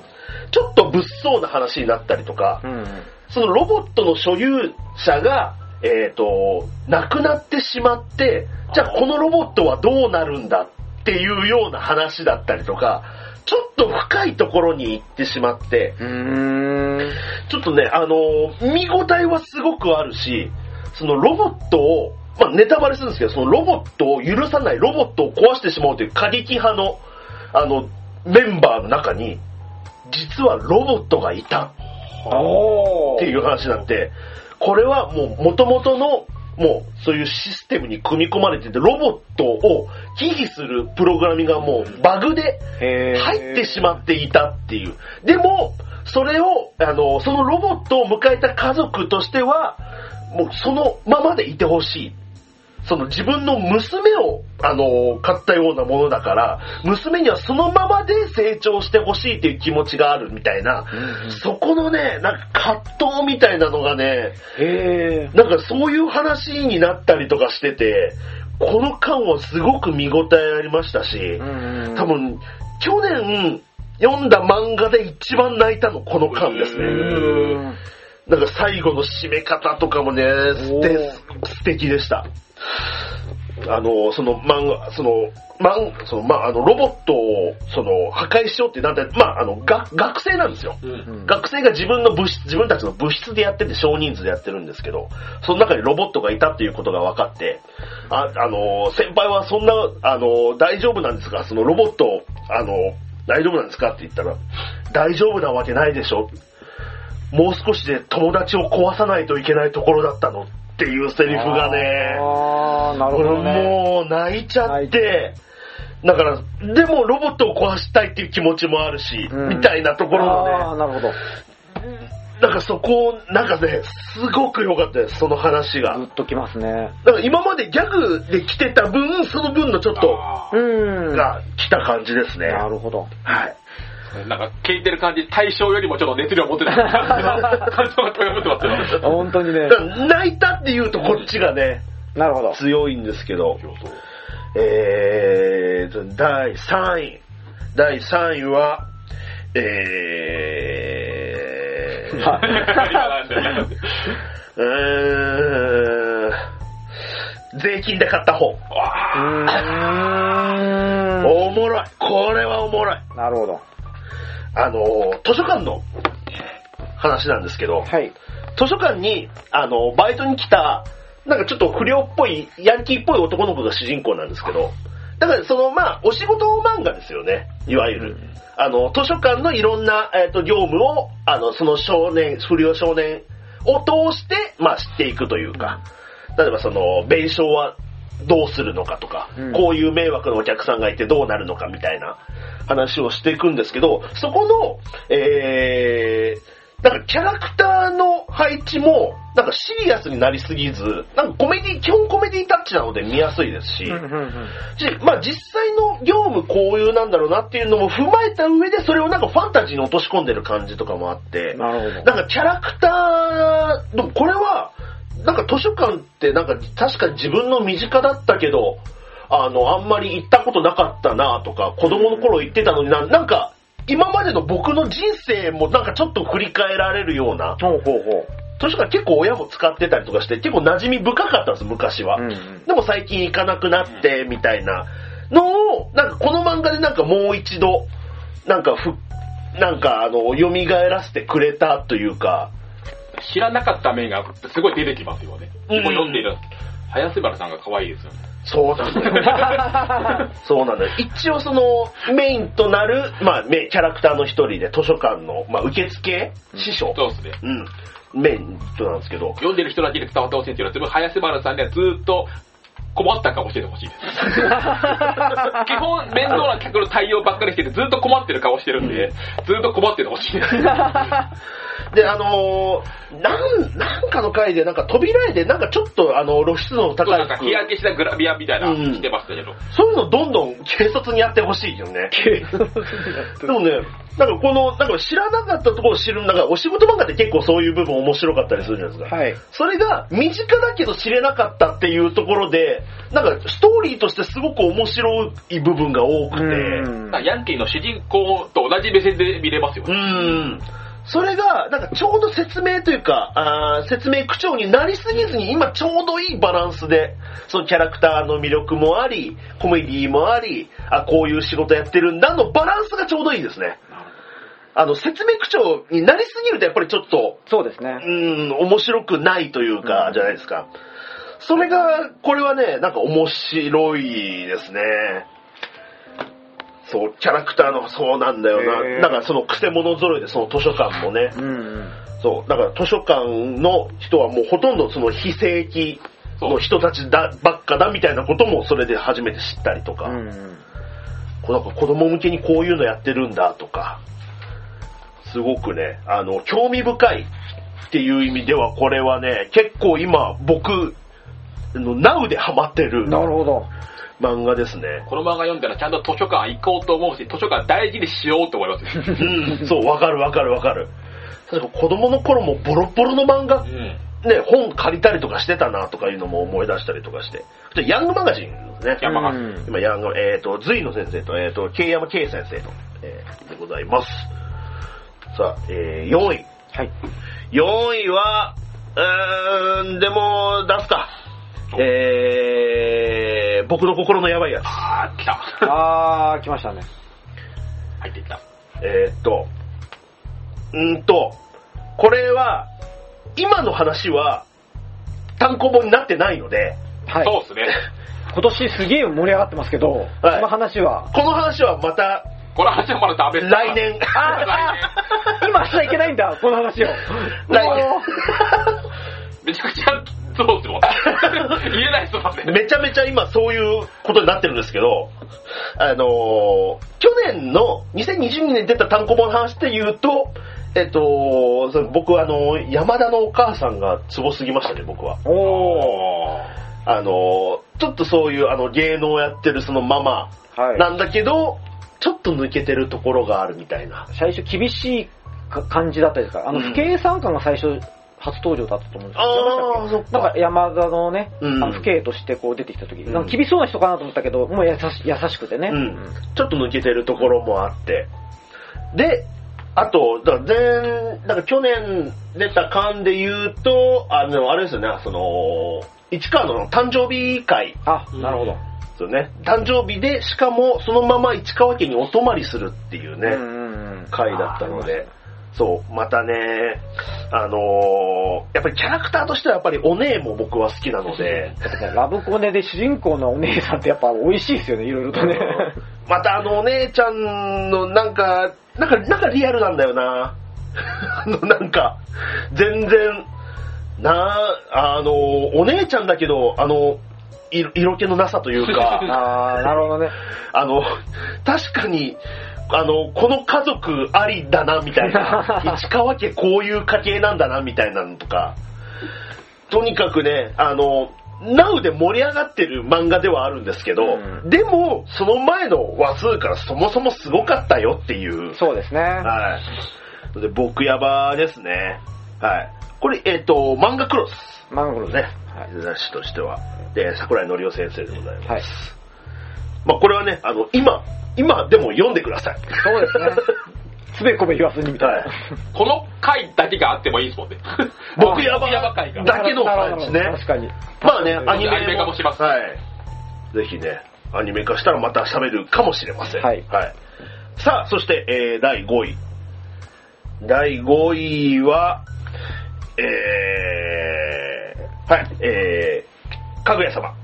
ちょっと物騒な話になったりとか、そのロボットの所有者が、亡くなってしまって、じゃあこのロボットはどうなるんだっていうような話だったりとか、ちょっと深いところに行ってしまって、ちょっとね、見応えはすごくあるし、そのロボットを、まあ、ネタバレするんですけど、そのロボットを許さない、ロボットを壊してしまうという過激派の、メンバーの中に、実はロボットがいたっていう話になって、これはもう元々のもうそういうシステムに組み込まれてて、ロボットを忌避するプログラミングがもうバグで入ってしまっていたっていう。でもそれをそのロボットを迎えた家族としてはもうそのままでいてほしい。その自分の娘を買ったようなものだから、娘にはそのままで成長してほしいっていう気持ちがあるみたいな、そこのね、なんか葛藤みたいなのがね、なんかそういう話になったりとかしてて、この巻はすごく見応えありましたし、多分去年読んだ漫画で一番泣いたのこの巻ですね。なんか最後の締め方とかもね、素敵でした。その漫画、ロボットを、破壊しようってなんて、学生なんですよ。学生が自分たちの部室でやってて、少人数でやってるんですけど、その中にロボットがいたっていうことが分かって、先輩はそんな、大丈夫なんですか？そのロボット、大丈夫なんですかって言ったら、大丈夫なわけないでしょ。もう少しで友達を壊さないといけないところだったのっていうセリフがね、 なるほどね、 もう泣いちゃって、だからでもロボットを壊したいっていう気持ちもあるし、みたいなところのね、 なるほど。 なんかそこなんかね、すごく良かったです、その話が。 グッときますね。 だから今までギャグで来てた分、その分のちょっとが来た感じですね。 なるほど。 はい。 なんか聞いてる感じ、対象よりもちょっと熱量持ってた感想が漂ってますよ。 本当にね。 泣いたっていうとこっちがね、 なるほど。 強いんですけど。第3位。第3位は、税金で買った本。おもろい。これはおもろい。 なるほど。 図書館の話なんですけど、 はい、 図書館に、バイトに来た、なんかちょっと不良っぽい、ヤンキーっぽい男の子が主人公なんですけど、だからお仕事漫画ですよね、いわゆる。図書館のいろんな、業務を、その不良少年を通して、知っていくというか、例えば弁償はどうするのかとか、こういう迷惑のお客さんがいてどうなるのかみたいな話をしていくんですけど、そこの、なんかキャラクターの配置も、なんかシリアスになりすぎず、なんか基本コメディタッチなので見やすいですし、実際の業務こういうなんだろうなっていうのも踏まえた上で、それをなんかファンタジーに落とし込んでる感じとかもあって、 なるほど。 なんかキャラクター、でもこれは、なんか図書館ってなんか確かに自分の身近だったけど、あんまり行ったことなかったなとか、子供の頃行ってたのになんか、今までの僕の人生もなんかちょっと振り返られるような、図書館結構親も使ってたりとかして、結構馴染み深かったんです、昔は。でも最近行かなくなって、みたいなのを、なんかこの漫画でなんかもう一度、なんか蘇らせてくれたというか、 知らなかった面がすごい出てきますよね。今読んでいる早瀬原さんが可愛いですよね。 そうなんだよ。そうなんだよ。一応メインとなる、キャラクターの一人で図書館の、受付師匠。 そうですね。 メインとなんですけど。 読んでる人だけで伝わってほしいっていうのは、自分早瀬原さんではずっと困った顔しててほしいです。基本面倒な客の対応ばっかりしてて、ずっと困ってる顔してるんで、ずっと困っててほしいです。 で、なんかの回で、なんか扉絵で、なんかちょっと露出の高い。 なんか日焼けしたグラビアみたいなしてましたけど。 そういうのどんどん警察にやってほしいよね。でもね、なんかなんか知らなかったところを知る、なんかお仕事漫画って結構そういう部分面白かったりするじゃないですか。はい。それが身近だけど知れなかったっていうところで、 なんかストーリーとしてすごく面白い部分が多くて、 ヤンキーの主人公と同じ目線で見れますよね。 それが、なんかちょうど説明というか、説明口調になりすぎずに、今ちょうどいいバランスで、そのキャラクターの魅力もあり、コメディもあり、こういう仕事やってるんだのバランスがちょうどいいですね。説明口調になりすぎるとやっぱりちょっと、 そうですね。 面白くないというか、じゃないですか。それが、これはね、なんか面白いですね。そう、キャラクターの、そうなんだよな。だからそのクセ者揃いで、その図書館もね。そう、だから図書館の人はもうほとんどその非正規の人たちばっかだみたいなこともそれで初めて知ったりとか。なんか子供向けにこういうのやってるんだとか。すごくね、興味深いっていう意味ではこれはね、結構今僕、Now でハマってる。 なるほど。 漫画ですね。 この漫画読んだらちゃんと図書館行こうと思うし、図書館大事にしようと思いますよ。 そう、わかる。確か子供の頃もボロボロの漫画、ね、本借りたりとかしてたなとかいうのも思い出したりとかして。ヤングマガジンですね。今、ヤング、隋野先生と、慶山圭先生の、でございます。さあ、4位。 はい。 4位は、でも、出すか。僕の心のやばいやつ。 来た。 来ましたね。 入っていった。 これは、今の話は、単行本になってないので、 はい。 そうですね。 今年すげえ盛り上がってますけど、はい、この話はまた、 この話はまだダメです。 来年。 今しちゃいけないんだ、この話を。 来年。 めちゃくちゃ、そうですもん。言えない人なんで。 めちゃめちゃ今そういうことになってるんですけど、去年の2022年に出た単行本の話で言うと、僕山田のお母さんがツボすぎましたね、僕は。ちょっとそういう芸能をやってるそのママなんだけど、ちょっと抜けてるところがあるみたいな。 最初厳しい感じだったですから、不敬参加が最初初登場だったと思うんですけど、なんか山田のね、不敬としてこう出てきた時、なんか厳しそうな人かなと思ったけど、もう優しくてね、 ちょっと抜けてるところもあって、で、あと、なんか去年出た巻で言うと、あれですよね、市川の誕生日会。 なるほど。 そうね。誕生日で、しかもそのまま市川家にお泊まりするっていうね、会だったので、そう、またね、やっぱりキャラクターとしてはやっぱりお姉も僕は好きなので。 ラブコネで主人公のお姉さんってやっぱ美味しいですよね、いろいろとね。 またお姉ちゃんのなんかリアルなんだよな。なんか、全然、お姉ちゃんだけど、色気のなさというか。 なるほどね。 確かに、この家族ありだな、みたいな。市川家こういう家系なんだな、みたいなのとか。とにかくね、Now で盛り上がってる漫画ではあるんですけど、でも、その前の話数からそもそもすごかったよっていう。 そうですね。 はい。で、僕ヤバですね。はい。これ、漫画クロス。 漫画クロスね。 はい。雑誌としては。で、桜井のりお先生でございます。はい。まあ、これはね、今でも読んでください。 そうですね。つべこべ言わずにみたいな。 この回だけがあってもいいですもんね。 僕ヤバ回が。だけの感じね。 確かに。 まあね、アニメ化もします。 はい。ぜひね、アニメ化したらまた喋るかもしれません。はい。はい。さあ、そして、第5位。第5位は、はい、かぐや様。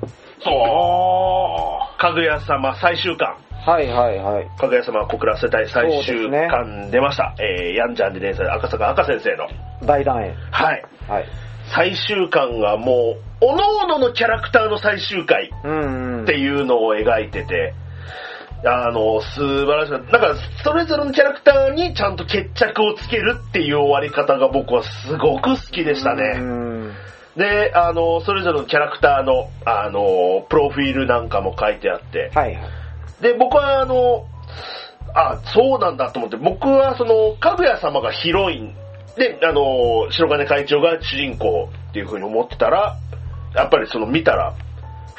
かぐや様最終巻。 はいはいはい。 かぐや様小倉世帯最終巻出ました。ヤンジャンで連載赤坂赤先生の大団円。 はい。はい。最終巻がもう、おのおののキャラクターの最終回っていうのを描いてて、素晴らしい。なんか、それぞれのキャラクターにちゃんと決着をつけるっていう終わり方が僕はすごく好きでしたね。で、それぞれのキャラクターの、プロフィールなんかも書いてあって、はい。で、僕はそうなんだと思って、僕はかぐや様がヒロインで、白金会長が主人公っていう風に思ってたら、やっぱり見たら、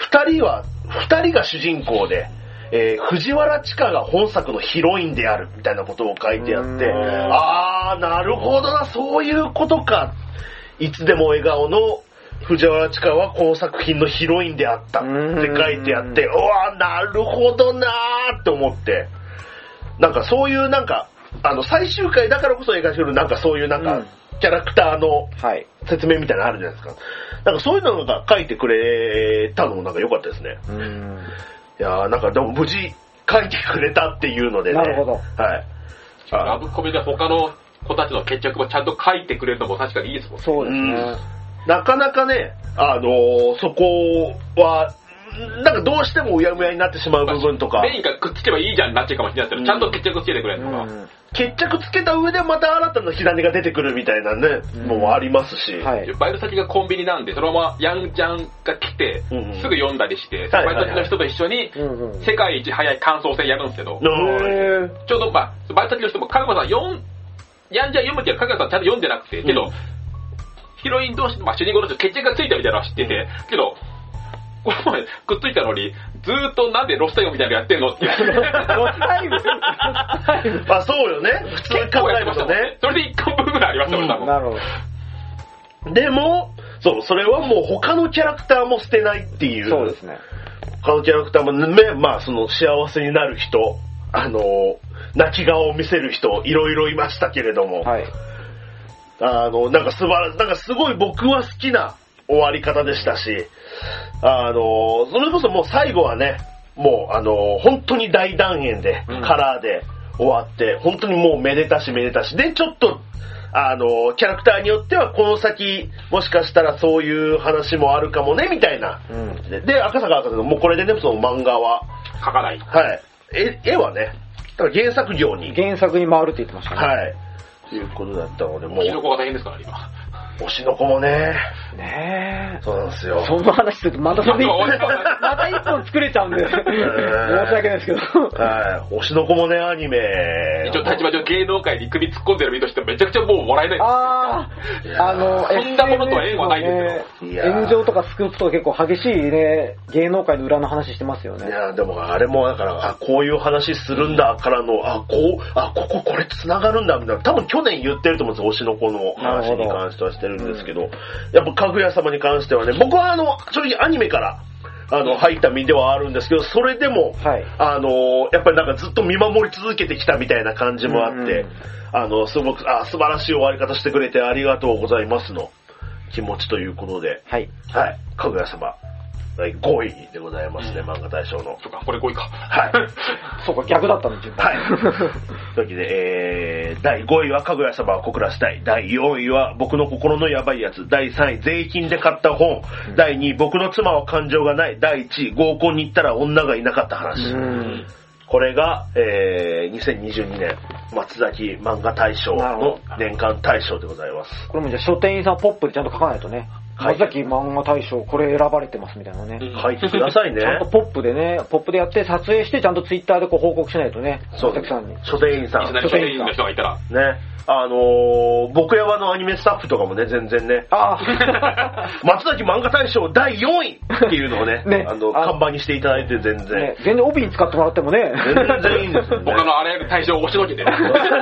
2人が主人公で、藤原千佳が本作のヒロインであるみたいなことを書いてあって、なるほどな、そういうことか。いつでも笑顔の藤原千佳はこの作品のヒロインであったって書いてあって、なるほどなーって思って、なんかそういうなんか、最終回だからこそ映画のなんかそういうなんか、キャラクターの説明みたいなのあるじゃないですか。なんかそういうのが書いてくれたのもなんか良かったですね。いやーなんかでも無事書いてくれたっていうのでね。 なるほど。 はい。 ラブコメで他の子たちの決着もちゃんと書いてくれるのも確かにいいですもんね。 そうですね。 なかなかね、そこは、なんかどうしてもうやむやになってしまう部分とか。 メインがくっつけばいいじゃんなっちゃうかもしれないけど、ちゃんと決着つけてくれるのか。 決着つけた上でまた新たな火種が出てくるみたいなね、のもありますし。 バイト先がコンビニなんで、そのままヤンジャンが来て、すぐ読んだりして、バイト先の人と一緒に世界一早い感想戦やるんですけど、ちょうどバイト先の人も、かぐまさんヤンジャン読むけど、かぐまさんちゃんと読んでなくて、けど、ヒロイン同士、主人公同士決着がついたみたいなのは知ってて、けど、この前くっついたのに、ずーっとなんでロスタイムみたいなのやってんのって。ロスタイムそうよね。普通に考えるとね。 それで1巻分ぐらいありましたもん、多分。 なるほど。でも、それはもう他のキャラクターも捨てないっていう。 そうですね。 他のキャラクターもね、その幸せになる人、泣き顔を見せる人、いろいろいましたけれども。なんかすごい僕は好きな終わり方でしたし、それこそもう最後はね、もう本当に大団円で、カラーで終わって、本当にもうめでたし。で、ちょっと、キャラクターによってはこの先、もしかしたらそういう話もあるかもね、みたいな。で、赤坂の、もうこれでね、その漫画は。 描かない。 はい。絵はね、だから原作に回るって言ってましたね。 はい。ということだったので、もう。 推しの子が大変ですから、今。 推しの子もね。 ねえ。 そうなんですよ。 そんな話すると、また一本作れちゃうんで、申し訳ないですけど。 はい。推しの子もね、アニメ。 一応立場上芸能界に首突っ込んでる身としてめちゃくちゃもうもらえないですよ。そんなものとは縁はないですけど。炎上とかスクープとか結構激しいね、芸能界の裏の話してますよね。 いや、でもあれもだから、こういう話するんだからの、これ繋がるんだみたいな。多分去年言ってると思うんですよ、推しの子の話に関してはしてるんですけど、やっぱかぐや様に関してはね、僕は正直アニメから入った身ではあるんですけど、それでも、やっぱりなんかずっと見守り続けてきたみたいな感じもあって、すごく素晴らしい終わり方してくれてありがとうございますの気持ちということで、はい、かぐや様第5位でございますね、漫画大賞の。 そうか、これ5位か。 はい。 そうか、逆だったの、順番。 はい。というわけで、第5位はかぐや様は告らせたい。第4位は僕の心のやばいやつ。第3位、税金で買った本。第2位、僕の妻は感情がない。第1位、合コンに行ったら女がいなかった話。これが、2022年松崎漫画大賞の年間大賞でございます。 これもじゃあ書店員さんポップでちゃんと書かないとね。松崎漫画大賞これ選ばれてますみたいなね。 書いてくださいね。 ちゃんとポップでやって撮影してちゃんとツイッターでこう報告しないとね。松崎さんに。 書店員さん。 書店員の人がいたら。 ね。僕やわのアニメスタッフとかもね、全然ね。松崎漫画大賞第4位っていうのをね、看板にしていただいて全然。 ね、全然帯に使ってもらってもね。 全然いいんですよね。 他のあらゆる大賞を押しのけてね。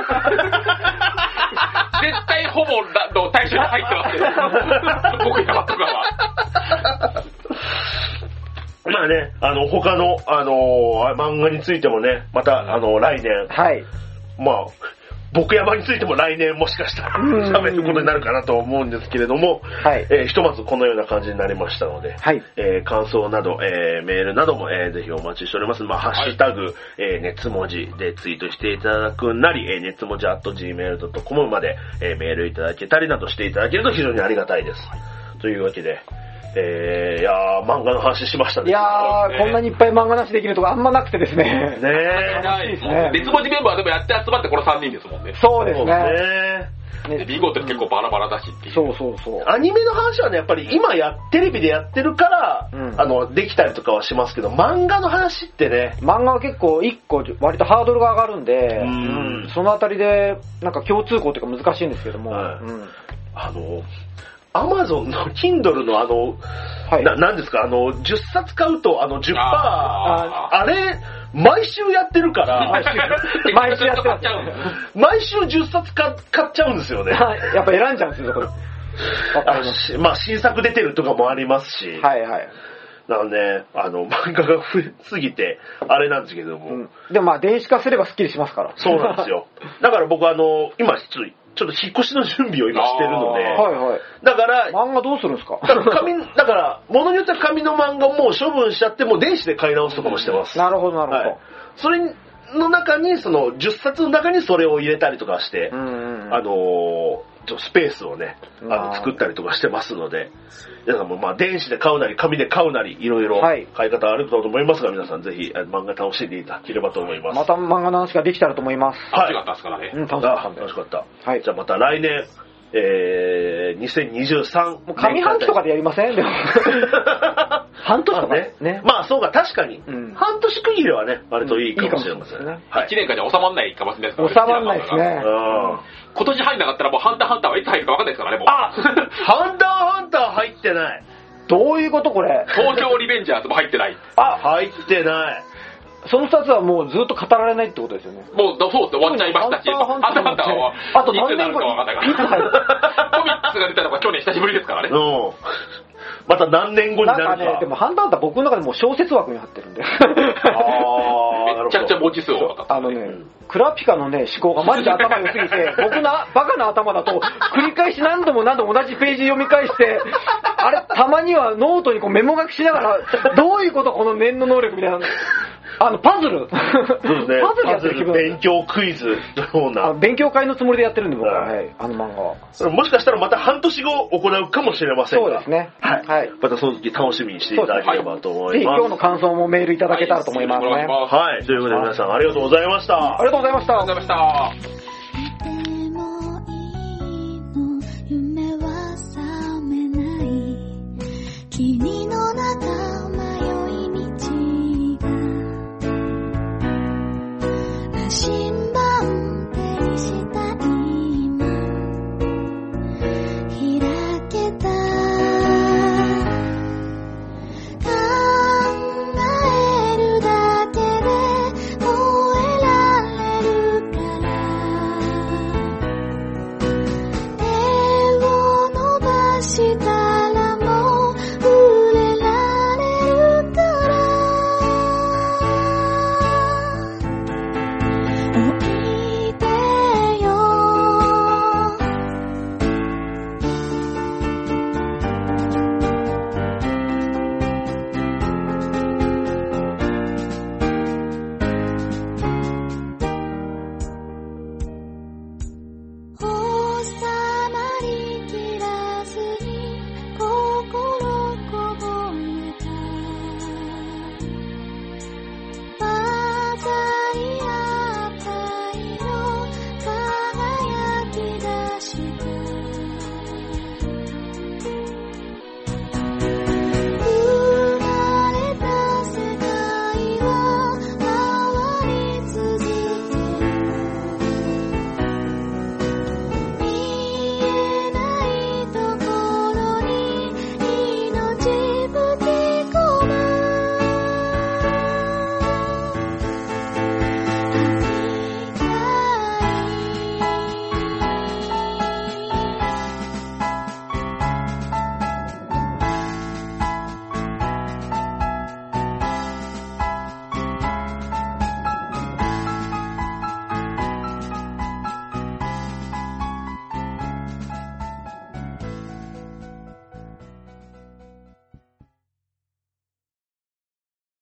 絶対ほぼの大賞に入ってますけど。僕やばとかは。 まあね、他の、漫画についてもね、また、来年。 はい。 まあ、僕山についても来年もしかしたら喋ることになるかなと思うんですけれども、 はい。 ひとまずこのような感じになりましたので、 はい。 感想など、メールなども、ぜひお待ちしております。まあ、ハッシュタグ、熱文字でツイートしていただくなり、熱文字@gmail.com まで、メールいただけたりなどしていただけると非常にありがたいです。というわけで、いやー、漫画の話しましたね。 いやー、こんなにいっぱい漫画なしできるとかあんまなくてですね。 ねえ。熱文字メンバーでもやって集まってこの3人ですもんね。 そうですね。 ビゴって結構バラバラだしっていう。 そう。 アニメの話はね、やっぱり今テレビでやってるから、できたりとかはしますけど、漫画の話ってね。 漫画は結構一個割とハードルが上がるんで、そのあたりでなんか共通項というか難しいんですけども。 Amazon の Kindle の何ですか、10冊買うと10%、あれ、毎週やってるから、 毎週やってます。 毎週10冊買っちゃうんですよね。 やっぱ選んじゃうんですよ、これ。 まあ、新作出てるとかもありますし。 はいはい。 なので、漫画が増えすぎて、あれなんですけども。 でもまあ、電子化すればスッキリしますから。 そうなんですよ。だから僕今、ちょっと引っ越しの準備を今してるので。 はいはい。 だから、 漫画どうするんですか？ だから、ものによっては紙の漫画をもう処分しちゃって、もう電子で買い直すとかもしてます。 なるほどなるほど。はい、 それの中に、10冊の中にそれを入れたりとかして、スペースをね、作ったりとかしてますので、皆さんもまあ電子で買うなり、紙で買うなり、いろいろ買い方あると思いますが、皆さんぜひ漫画楽しんでいただければと思います。 また漫画の話ができたらと思います。 はい。 楽しかったですからね。 楽しかった。はい。じゃあまた来年、2023。 もう上半期とかでやりません？でも半年とかね。まあそうか、確かに。半年区切りはね、割といいかもしれませんね。 1年間じゃ収まらないかもしれないですからね。収まらないですね。 今年入んなかったらもうハンターハンターはいつ入るか分かんないですからね、もう。 ハンターハンター入ってない。 どういうことこれ？ 東京リベンジャーズも入ってない。 入ってない。 その2つはもうずっと語られないってことですよね。 もう、そうって終わっちゃいましたし、ハンターハンターは、 あと何年後いつなるか分かんないから。コミックスが出たのが去年久しぶりですからね。 また何年後になるか。 なんかね、でもハンターハンター僕の中でもう小説枠に入ってるんで。 めちゃくちゃ文字数多かった。 クラピカのね、思考がマジで頭良すぎて、僕のバカな頭だと、繰り返し何度も同じページ読み返して、あれ、たまにはノートにこうメモ書きしながら、どういうことこの念の能力みたいな。パズル。 そうですね。パズルやってる気分。勉強クイズのような。 勉強会のつもりでやってるんで、僕は。漫画は。 もしかしたらまた半年後行うかもしれませんが。 そうですね。はい。 またその時楽しみにしていただければと思います。 今日の感想もメールいただけたらと思いますね。 はい。ということで皆さんありがとうございました。 ありがとうございました。 ありがとうございました。